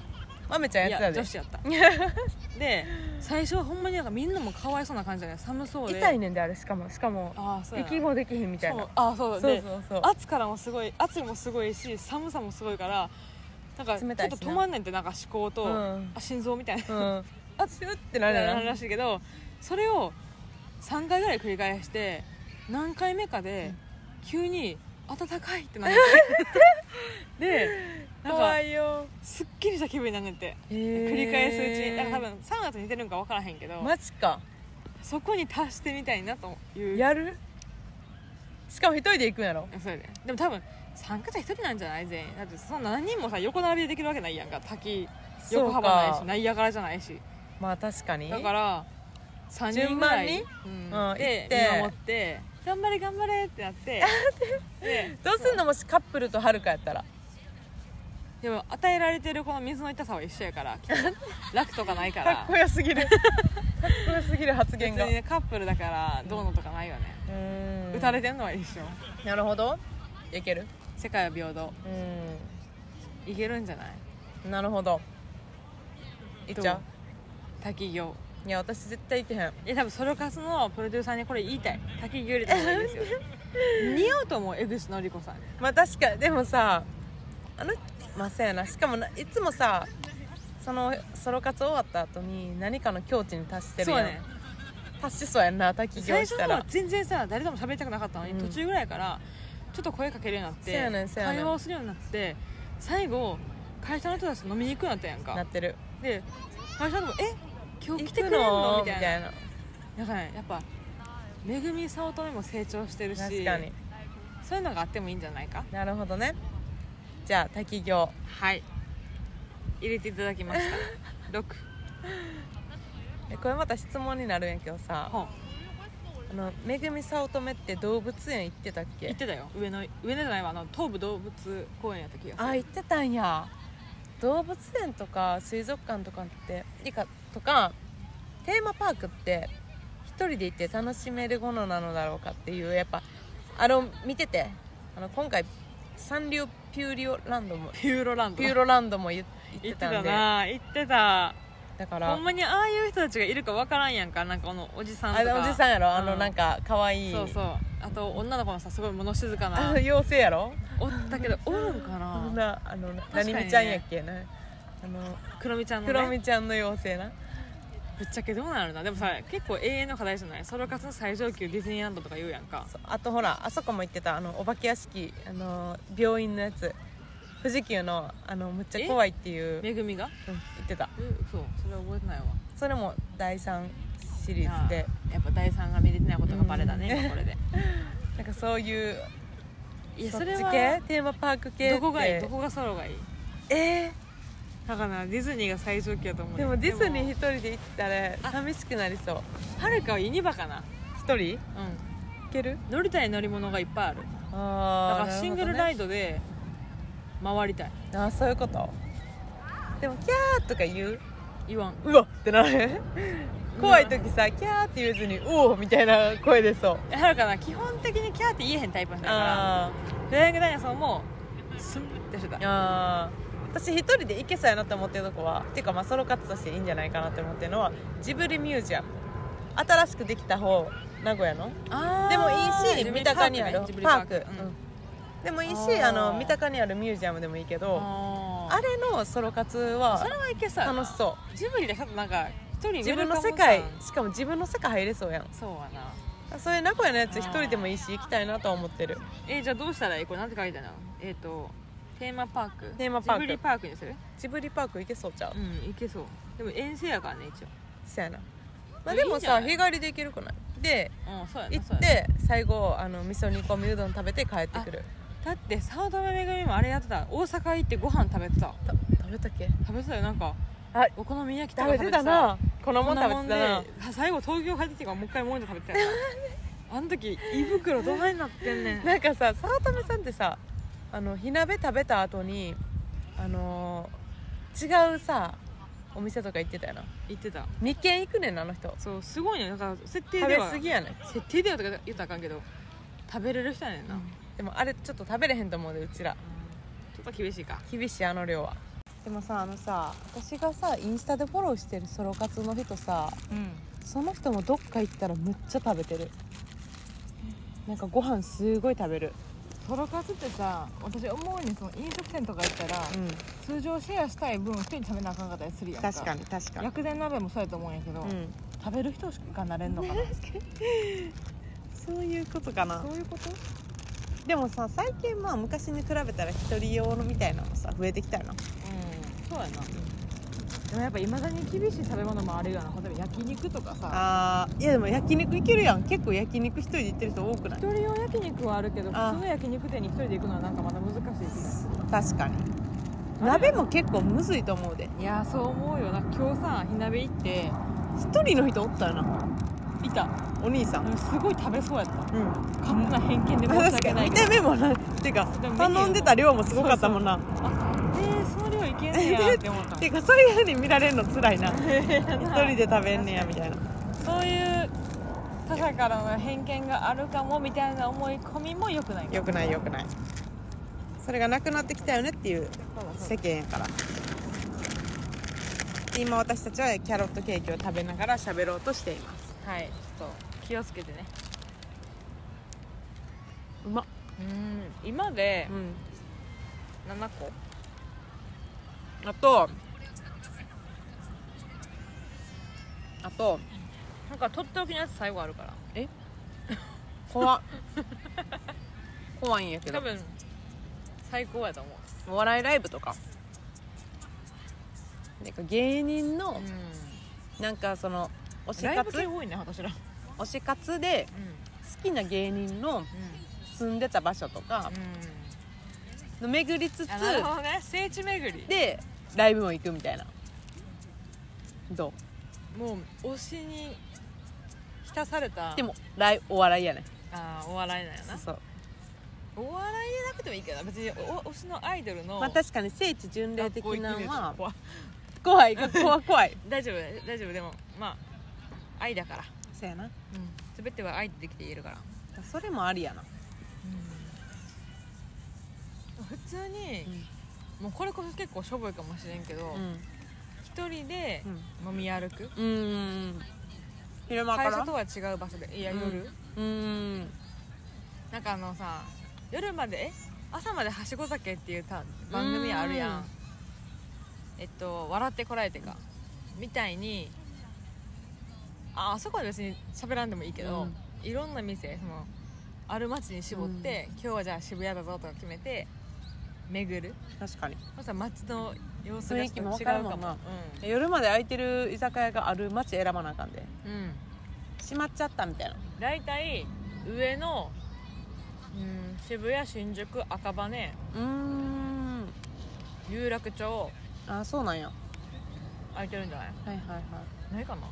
豆ちゃんやってたで。 いや女子やったで最初はほんまになんかみんなもかわいそうな感じじゃない、寒そうで痛いねんであれ、しかもしかもあそうやな息もできへんみたいな。 そうあそうそうでそうそう暑からもすごい、暑もすごいし寒さもすごいからなんかちょ冷たいしなっと止まんねんってなんか思考と、 うんあ心臓みたいな、 うんあシュッてなるなるな。 らしいけどそれをさんかいぐらい繰り返して何回目かで急に暖かいってなってでなんか怖いよ。 すっきりした気分になんねんてへー繰り返すうちにだから多分サウナと似てるんか分からへんけど、 マジか。 そこに達してみたいなというやる。しかも一人で行くんやろ。 それででも多分参加者一人なんじゃない全員だってそんな何人もさ横並びでできるわけないやんか、滝横幅ないしナイアガラじゃないし、 まあ確かに。 だからさんにんぐらい順うんうんで行って見守って頑張れ頑張れってなってでどうすんのもしカップルとはるかやったら。 でも与えられてるこの水の痛さは一緒やからきっと楽とかないかからっこよすぎるかっこよすぎる発言が。 別にねカップルだからどうのとかないよね、 うーん打たれてんのは一緒、 なるほど。いける。 世界は平等ういけるんじゃないんなるほど。いっちゃう。 滝行いや私絶対行けへん。 え多分ソロ活のプロデューサーにこれ言いたい、滝行入れた方がいいですよ似合うと思う江口のり子さんに。 まあ確かでもさあのまあそうやな。しかもないつもさそのソロ活終わった後に何かの境地に達してるやん。 そうね達しそうやんな滝最初行したら。 の方は全然さ誰とも喋りたくなかったのに、 うん途中ぐらいからちょっと声かけるようになってそうやねんそうやねん会話をするようになって最後会社の人たちと飲みに行くようになったやんかなってる。 で会社の人もえ今日来て行くくれんののみたいなみたいな。 だからねやっぱめぐみ早乙女も成長してるし確かに。 そういうのがあってもいいんじゃないか。 なるほどね。じゃあ滝行はい入れていただきましたろくえこれまた質問になるんやけどさ、 本あのめぐみ早乙女って動物園行ってたっけ？ 行ってたよ上野上野じゃないわあの東武動物公園やった気がする。 あ行ってたんや。動物園とか水族館とかっていかとかテーマパークって一人で行って楽しめるものなのだろうかっていうやっぱあの見ててあの今回サンリオピューリオランドもピューロランドピューロランドも言って行ってたたんでな行ってただからほんまにああいう人たちがいるかわからんやんかなんかこのおじさんとあかおじさんやろ、あうんのなんか可愛いそうそうあと女の子のさすごい物静かあなの妖精やろ。 おったけどおるんかあなのなあのかにね何みちゃんやっけなあのクロミちゃんのクロねミちゃんの妖精な。 ぶっちゃけどうなるなでもさ結構永遠の課題じゃないソロ活の最上級ディズニーランドとか言うやんかそうあとほらあそこも行ってたあのお化け屋敷あの病院のやつ富士急のあのむっちゃ怖いっていう、 めぐみがうん、行ってた。 えそうそれ覚えてないわそれもだいさんシリーズでああやっぱ第三が見れてないことがバレたね、 うん今これでなんかそういういやそっちそれは系テーマパーク系ってどこがいいどこがソロがいいえだからディズニーが最上級やと思うー、でもディズニーで一人で行ったら寂しくなりそう。 もはるかはユニバかな一人行うんける？ 乗りたい乗り物がいっぱいあるああだからシングルライド、 ドで回りたいあーそういうことでもキャーとか言う言わんうわってなる怖い時さキャーって言えずにおおみたいな声出そう。 えはるかな基本的にキャーって言えへんタイプの人だからあフライングダイナソーもスンってしてたーあー私一人で行けそうやなって思ってるとこはっていうかまあソロ活としていいんじゃないかなって思ってるのはジブリミュージアム新しくできた方名古屋のあーでもいいしジブリ三鷹にあるジブリパークうんうんでもいいしあーあの三鷹にあるミュージアムでもいいけどああれのソロ活はそれはいけそうやな楽しそうジブリでちょっとなんか一人自分の世ウェル界カム感しかも自分の世界入れそうやんそうやなそういう名古屋のやつ一人でもいいし行きたいなとは思ってる。 えじゃあどうしたらいいこれなんて書いてあるのえっ、とテーマパークテーマパークジブリパークにするジブリパーク行けそうちゃう、 うん行けそうでも遠征やからね一応そうやな、まあ、 いいでもさいいんじゃない日帰りで行けるくないでうんそうやな行っそうやなて最後あの味噌煮込みうどん食べて帰ってくる。 だって早乙女めぐみもあれやってた大阪行ってご飯食べてたた食べたっけ食べてたよなんかあお好み焼きと食べてたか食べてさなこのもん食べてたなこんで最後東京帰ってきてからもう一回もう一度食べてたよあの時胃袋どないなってんねんなんかさ早乙女さんってさあの火鍋食べた後にあのー違うさお店とか行ってたよな。 言ってたに軒行くねんなあの人。 そうすごいねだから設定食べでは過ぎやねん、 設定ではとか言ったらあかんけど食べれる人やねんな、 でもあれちょっと食べれへんと思うでうちらちょっと厳しいか厳しいあの量は。 でもさあのさ私がさインスタでフォローしてるソロ活の人さ、 うん、 その人もどっか行ったらむっちゃ食べてる。なんかご飯すごい食べる。 ソロ活ってさ私思うにその飲食店とか行ったら、うん、通常シェアしたい分一人食べなあかんかったりするやんか。 確かに確かに。 薬膳鍋もそうやと思うんやけど、うん、食べる人しかなれんのかなそういうことかな。 そういうこと。 でもさ最近まあ昔に比べたら一人用のみたいなのもさ増えてきたよな。うんそうやな。でもやっぱいまだに厳しい食べ物もあるよな。例えば焼肉とかさ。 あーいやでも焼肉行けるやん。結構焼肉一人で行ってる人多くない？ 一人用焼肉はあるけど普通の焼肉店に一人で行くのはなんかまだ難しい気がする。 確かに鍋も結構むずいと思うで。 いやそう思うよな。今日さ火鍋行って一人の人おったよな。 いたお兄さんすごい食べそうやった。うん勝手な偏見で申し訳ないけど見た目もなてか頼んでた量もすごかったもんな。 そうそうあえー、その量いけんねやって思ったてかそういう風に見られるの辛いな一人で食べんねやみたいな。 そういう他者からの偏見があるかもみたいな思い込みも良くない良くない良くない。それがなくなってきたよねっていう世間やから。今私たちはキャロットケーキを食べながら喋ろうとしています。 はい、ちょっと気をつけてね。 うまっ。 うん今で、うん、ななこあとあとなんかとっておきのやつ最後あるから。 え怖っ怖いんやけど多分最高やと思う。 お笑いライブとかなんか芸人の、うん、なんかその推し活ライブ系多いね私ら。 推し活で、うん、好きな芸人の住んでた場所とか、うん、の巡りつつ、 なるほどね、聖地巡りでライブも行くみたいな。どうもう推しに浸された。 でもライお笑いやね。 ああお笑いなんやな。 そうお笑いでなくてもいいけど別にお推しのアイドルのまあ確かに聖地巡礼的なのは怖怖い怖い怖い大丈夫大丈夫。でもまあ愛だからそうやな、うん、 全ては愛でできているからそれもありやな、 うん、普通に、うん、もうこれこそ結構しょぼいかもしれんけど、うん、一人で飲み歩く、うん、うん昼間から会社とは違う場所でいや夜、うん、うんなんかあのさ夜までえ朝まではしご酒っていうた番組あるやん。えっと笑ってこられてかみたいに あ, あそこは別に喋らんでもいいけど、うん、いろんな店そのある街に絞って、うん、今日はじゃあ渋谷だぞとか決めて巡る。 確かにそしたら街の様子がちょっと違うかも、 うん、夜まで開いてる居酒屋がある街選ばなあかんで、うん、閉まっちゃったみたいな。 だいたい上のうん渋谷新宿赤羽うーん有楽町あそうなんや空いてるんじゃない？ はいはいはいないかな。 ど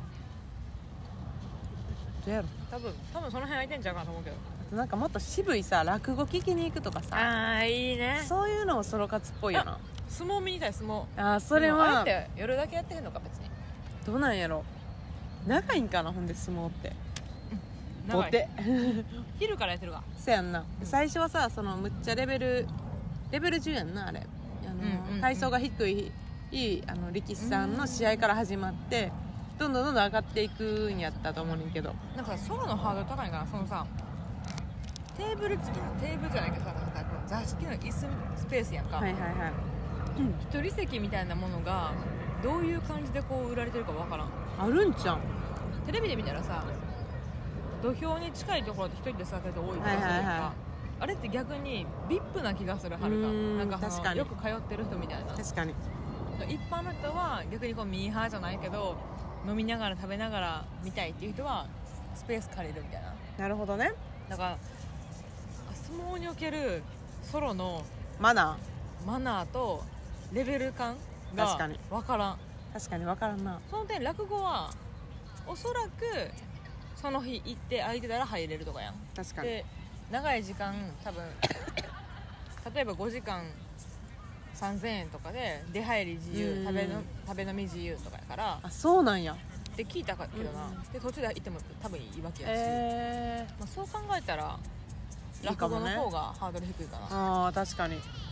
うやろ多分多分その辺空いてんちゃうかなと思うけど。 なんかもっと渋いさ落語聞きに行くとかさあーいいね。 そういうのもソロ活っぽいよな。 相撲見に行きたい相撲。 あーそれはあれって夜だけやってへんのか別に。 どうなんやろ長いんかな。ほんで相撲ってボテ昼からやってるわ。 そうやんな、うん、最初はさそのむっちゃレベルレベルじゅうやんなあれ。あの、うんうんうん、体操が低いいいあの力士さんの試合から始まってどんどんどんどん上がっていくんやったと思うねんけど、 なんかソロのハードル高いんかな。そのさテーブル付きのテーブルじゃないけどさなんか座敷の椅子スペースやんか。はいはいはい、うん、一人席みたいなものがどういう感じでこう売られてるかわからん。 あるんちゃん。 テレビで見たらさ土俵に近いところって一人で座ってる人多い気がするやんか、はいはいはい、あれって逆に ブイアイピー な気がする。はるかなんかそのよく通ってる人みたいな。 確かに一般の人は逆にこうミーハーじゃないけど飲みながら食べながら見たいっていう人はスペース借りるみたいな。 なるほどね。 だから相撲におけるソロのマナーマナーとレベル感が分からん。 確かに分からんな。 その点落語はおそらくその日行って空いてたら入れるとかやん。 確かに。 で長い時間多分例えばごじかんさんぜんえんとかで出入り自由食べの食べ飲み自由とかやから。 あそうなんやって聞いたけどな、うん、で途中で行っても多分いいわけやし、 えーまあ、そう考えたら落語の方がハードル低いかな。 ああ確かに。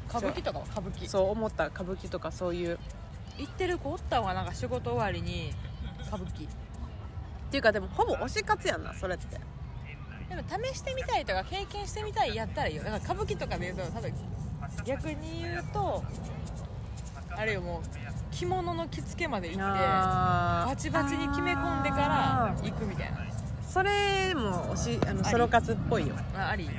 歌舞伎とかは歌舞伎そう思った。歌舞伎とかそういう行ってる子おったわ。なんか仕事終わりに歌舞伎っていうか、でもほぼ推し活やんなそれって。 でも試してみたいとか経験してみたいやったらいいよ。だから歌舞伎とかで言うと多分逆に言うとあれよ、もう着物の着付けまで行ってバチバチに決め込んでから行くみたいな。 それも推しあのソロ活っぽいよ。 あ、あり、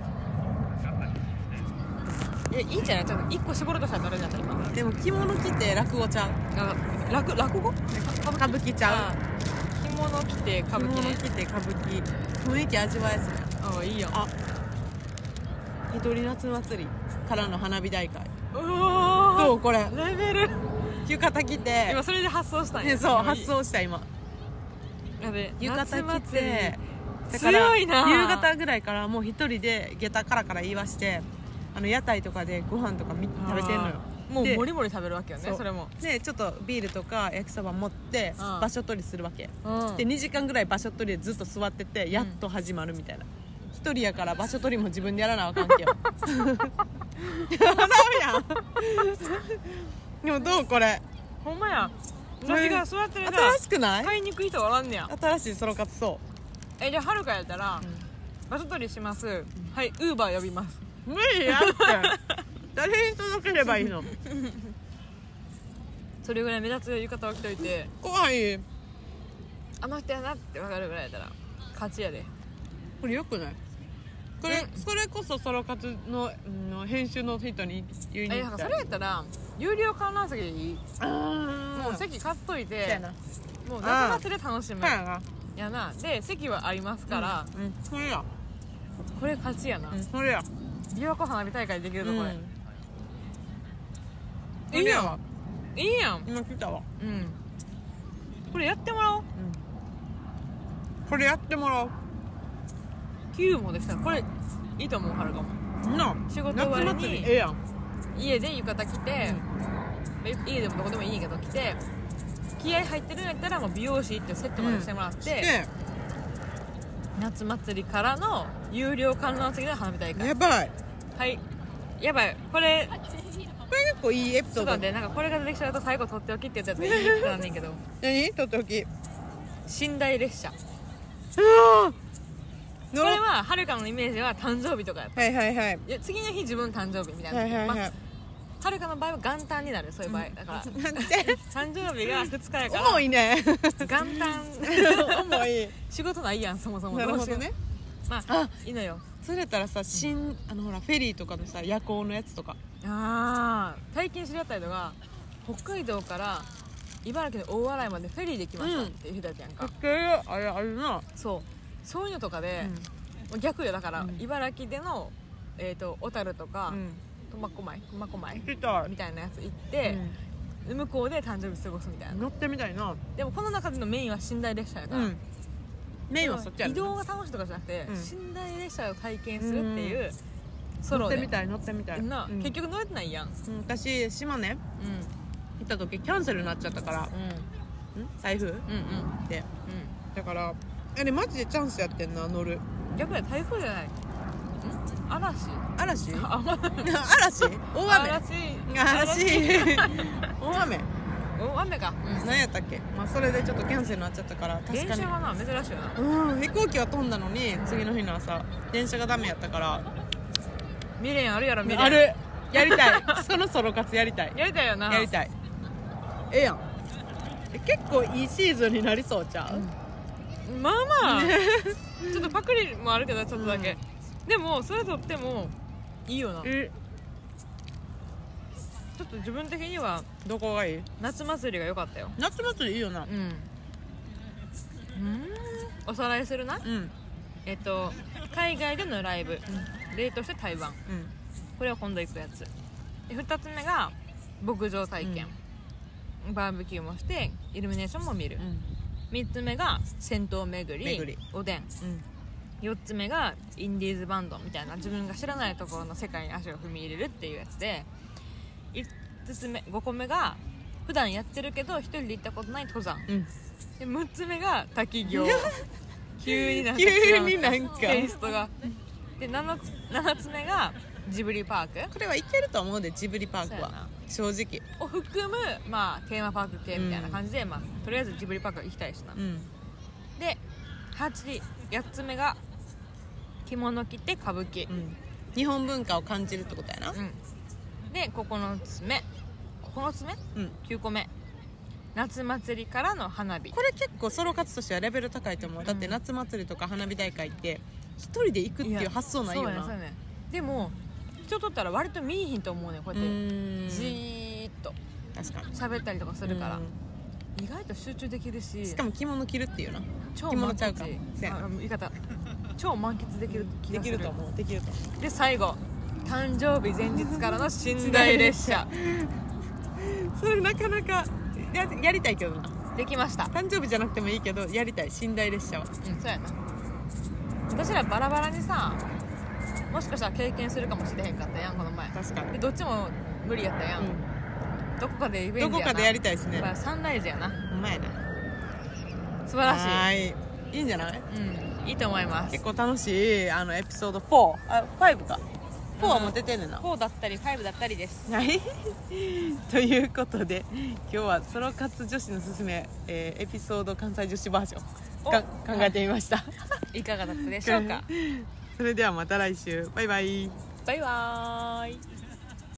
うん、 いやいいんじゃない。ちょっといっこ絞るとしたらどれだったら今。 でも着物着て落語ちゃう。 あ、落落語歌舞伎ちゃう。 着物着て歌舞伎ね。 着物着て歌舞伎雰囲気味わえそうや。 あ、いいよ。 あ、ひとり夏祭りからの花火大会。 うおどうこれレベル浴衣着て今それで発想したんや、 ね、そう発想した今。 やべ浴衣着て強いな。 夕方ぐらいからもう一人で下駄カラカラ言いわしてあの屋台とかでご飯とかみ食べてんのよ。 もうもりもり食べるわけよね。 そ, それもでちょっとビールとか焼きそば持って場所取りするわけ、 うん、でにじかんぐらい場所取りでずっと座っててやっと始まるみたいな。一、うん、人やから場所取りも自分でやらなあかんけよ笑うやんでもどうこれほんまや。さっきから座ってるな。 新しくない？ 買いにくい人おらんねや。 新しいソロ活。そうえ、じゃあはるかやったら、うん、場所取りします、うん、はいウーバー呼びます。 無理やって誰に届ければいいのそれぐらい目立つ浴衣を着といて怖い。 あの人やなって分かるぐらいやったら勝ちやで。 これよくない？これ、それこそソロ活の、うん、編集の人に言いに行きたい。 それやったら有料観覧席でいい。 あもう席買っといてもう夏祭りで楽しむやな。で席はありますから、 うんうん、それやこれ勝ちやな、 うん、それや琵琶湖花火大会できるぞこれ、 うん、いいやんいいやん。 今来たわ。 うんこれやってもらおう、うん、 これやってもらおう。 きゅうもできたらこれいいと思う。はるかもな仕事終わりにええやん。 家で浴衣着て、うん、家でもどこでもいいけど着て気合入ってるんやったらもう美容師行ってセットまでしてもらって、うん、夏祭りからの有料観覧席で花火大会。 やばい。 はいやばい。これこれ結構いいエピソードでなんかこれが出てきちゃうと最後とっておきってやつがいいエピソードなんねんけど何とっておき寝台列車。 あこれははるかのイメージは誕生日とかやった。 はいはいはい。 いや次の日自分誕生日みたいな、 はいはいはい、まあはるかの場合は元旦になる。そういう場合、うん、だから誕生日がふつかやから重いね元旦重い仕事ないやんそもそも。 なるほどね。 まああいいのよ。 それやったらさ、新あのほらフェリーとかのさ夜行のやつとかあー体験知り合ったりとか北海道から茨城の大洗までフェリーで来ましたっていう人たちやんか、 うん、あれあるな。 そうそういうのとかで、うん、逆よだから、うん、茨城での、えー、と小樽とか、うん苫小牧苫小牧みたいなやつ行って、うん、向こうで誕生日過ごすみたいな。 乗ってみたいな。 でもこの中でのメインは寝台列車やから、うん、 メインはそっちやる。 移動が楽しいとかじゃなくて、うん、寝台列車を体験するっていう、うん、ソロで乗ってみたい乗ってみたいな、うん、結局乗れてないやん、 うん、私島根、うん、行った時キャンセルになっちゃったから、うん、台風、うんうん、で、うん、だからあれマジでチャンスやってんな乗る。 逆に台風じゃない嵐嵐嵐大雨嵐大雨大雨か、 うん、何やったっけ、まあ、それでちょっとキャンセルになっちゃったから。確かに電車がな珍しいよな。 うん飛行機は飛んだのに次の日の朝電車がダメやったから未練あるやろ。未練ある。やりたいそのソロ活やりたいやりたいよな。 やりたい。ええやん。え結構いいシーズンになりそうちゃう、 うん、まあまあちょっとパクリもあるけどちょっとだけ、うん、でもそれとってもいいよな。えちょっと自分的にはどこがいい？ 夏祭りが良かったよ。 夏祭りいいよな。うんうんおさらいするな、うん、えっと海外でのライブ、うん、例として台湾、うん、これは今度行くやつで、ふたつめが牧場体験、うん、バーベキューもしてイルミネーションも見る、うん、みっつめが銭湯巡り、巡りおでん、うん、よっつめがインディーズバンドみたいな自分が知らないところの世界に足を踏み入れるっていうやつで、いつつめごこめが普段やってるけど一人で行ったことない登山、うん、でむっつめが滝行急になんか急になんかテイストがで 7, 7つ目がジブリパークこれはいけると思うで、ジブリパークは正直を含む、まあ、テーマパーク系みたいな感じで、うんまあ、とりあえずジブリパークは行きたいしな、うん、ではち、やっつめが着物着て歌舞伎、うん、 日本文化を感じるってことやな、うん、 でここのつめここのつめ、うん、きゅうこめ夏祭りからの花火。 これ結構ソロ活としてはレベル高いと思う、うん、だって夏祭りとか花火大会って一人で行くっていう発想ないよな。そうやね、そうやね。 でも人とったら割と見えひんと思うね、こうやってじーっと確かに喋ったりとかするから意外と集中できるし、 しかも着物着るっていうな、 超着物ちゃうか言い方超満喫できる気がする。 できると思う、できると思う。 で最後誕生日前日からの寝台列車それなかなか や, やりたいけどな。 できました。 誕生日じゃなくてもいいけどやりたい、寝台列車は。 うんそうやな。私らバラバラにさもしかしたら経験するかもしれへんかったやんこの前。 確かに。 でどっちも無理やったやん、うん、どこかでイベントやな。 どこかでやりたいですね。 サンライズやな。 うまいな。 素晴らしい。 はい、いいんじゃない？ うん、いいと思います。 結構楽しいあのエピソードフォー、あ、ファイブか。フォーはもう出てんねんな。 フォーだったりファイブだったりです。 はい。ということで今日はソロ活女子のすすめ、えー、エピソード関西女子バージョンが考えてみました。 いかがだったでしょうか。 それではまた来週。バイバイ。 バイバーイ。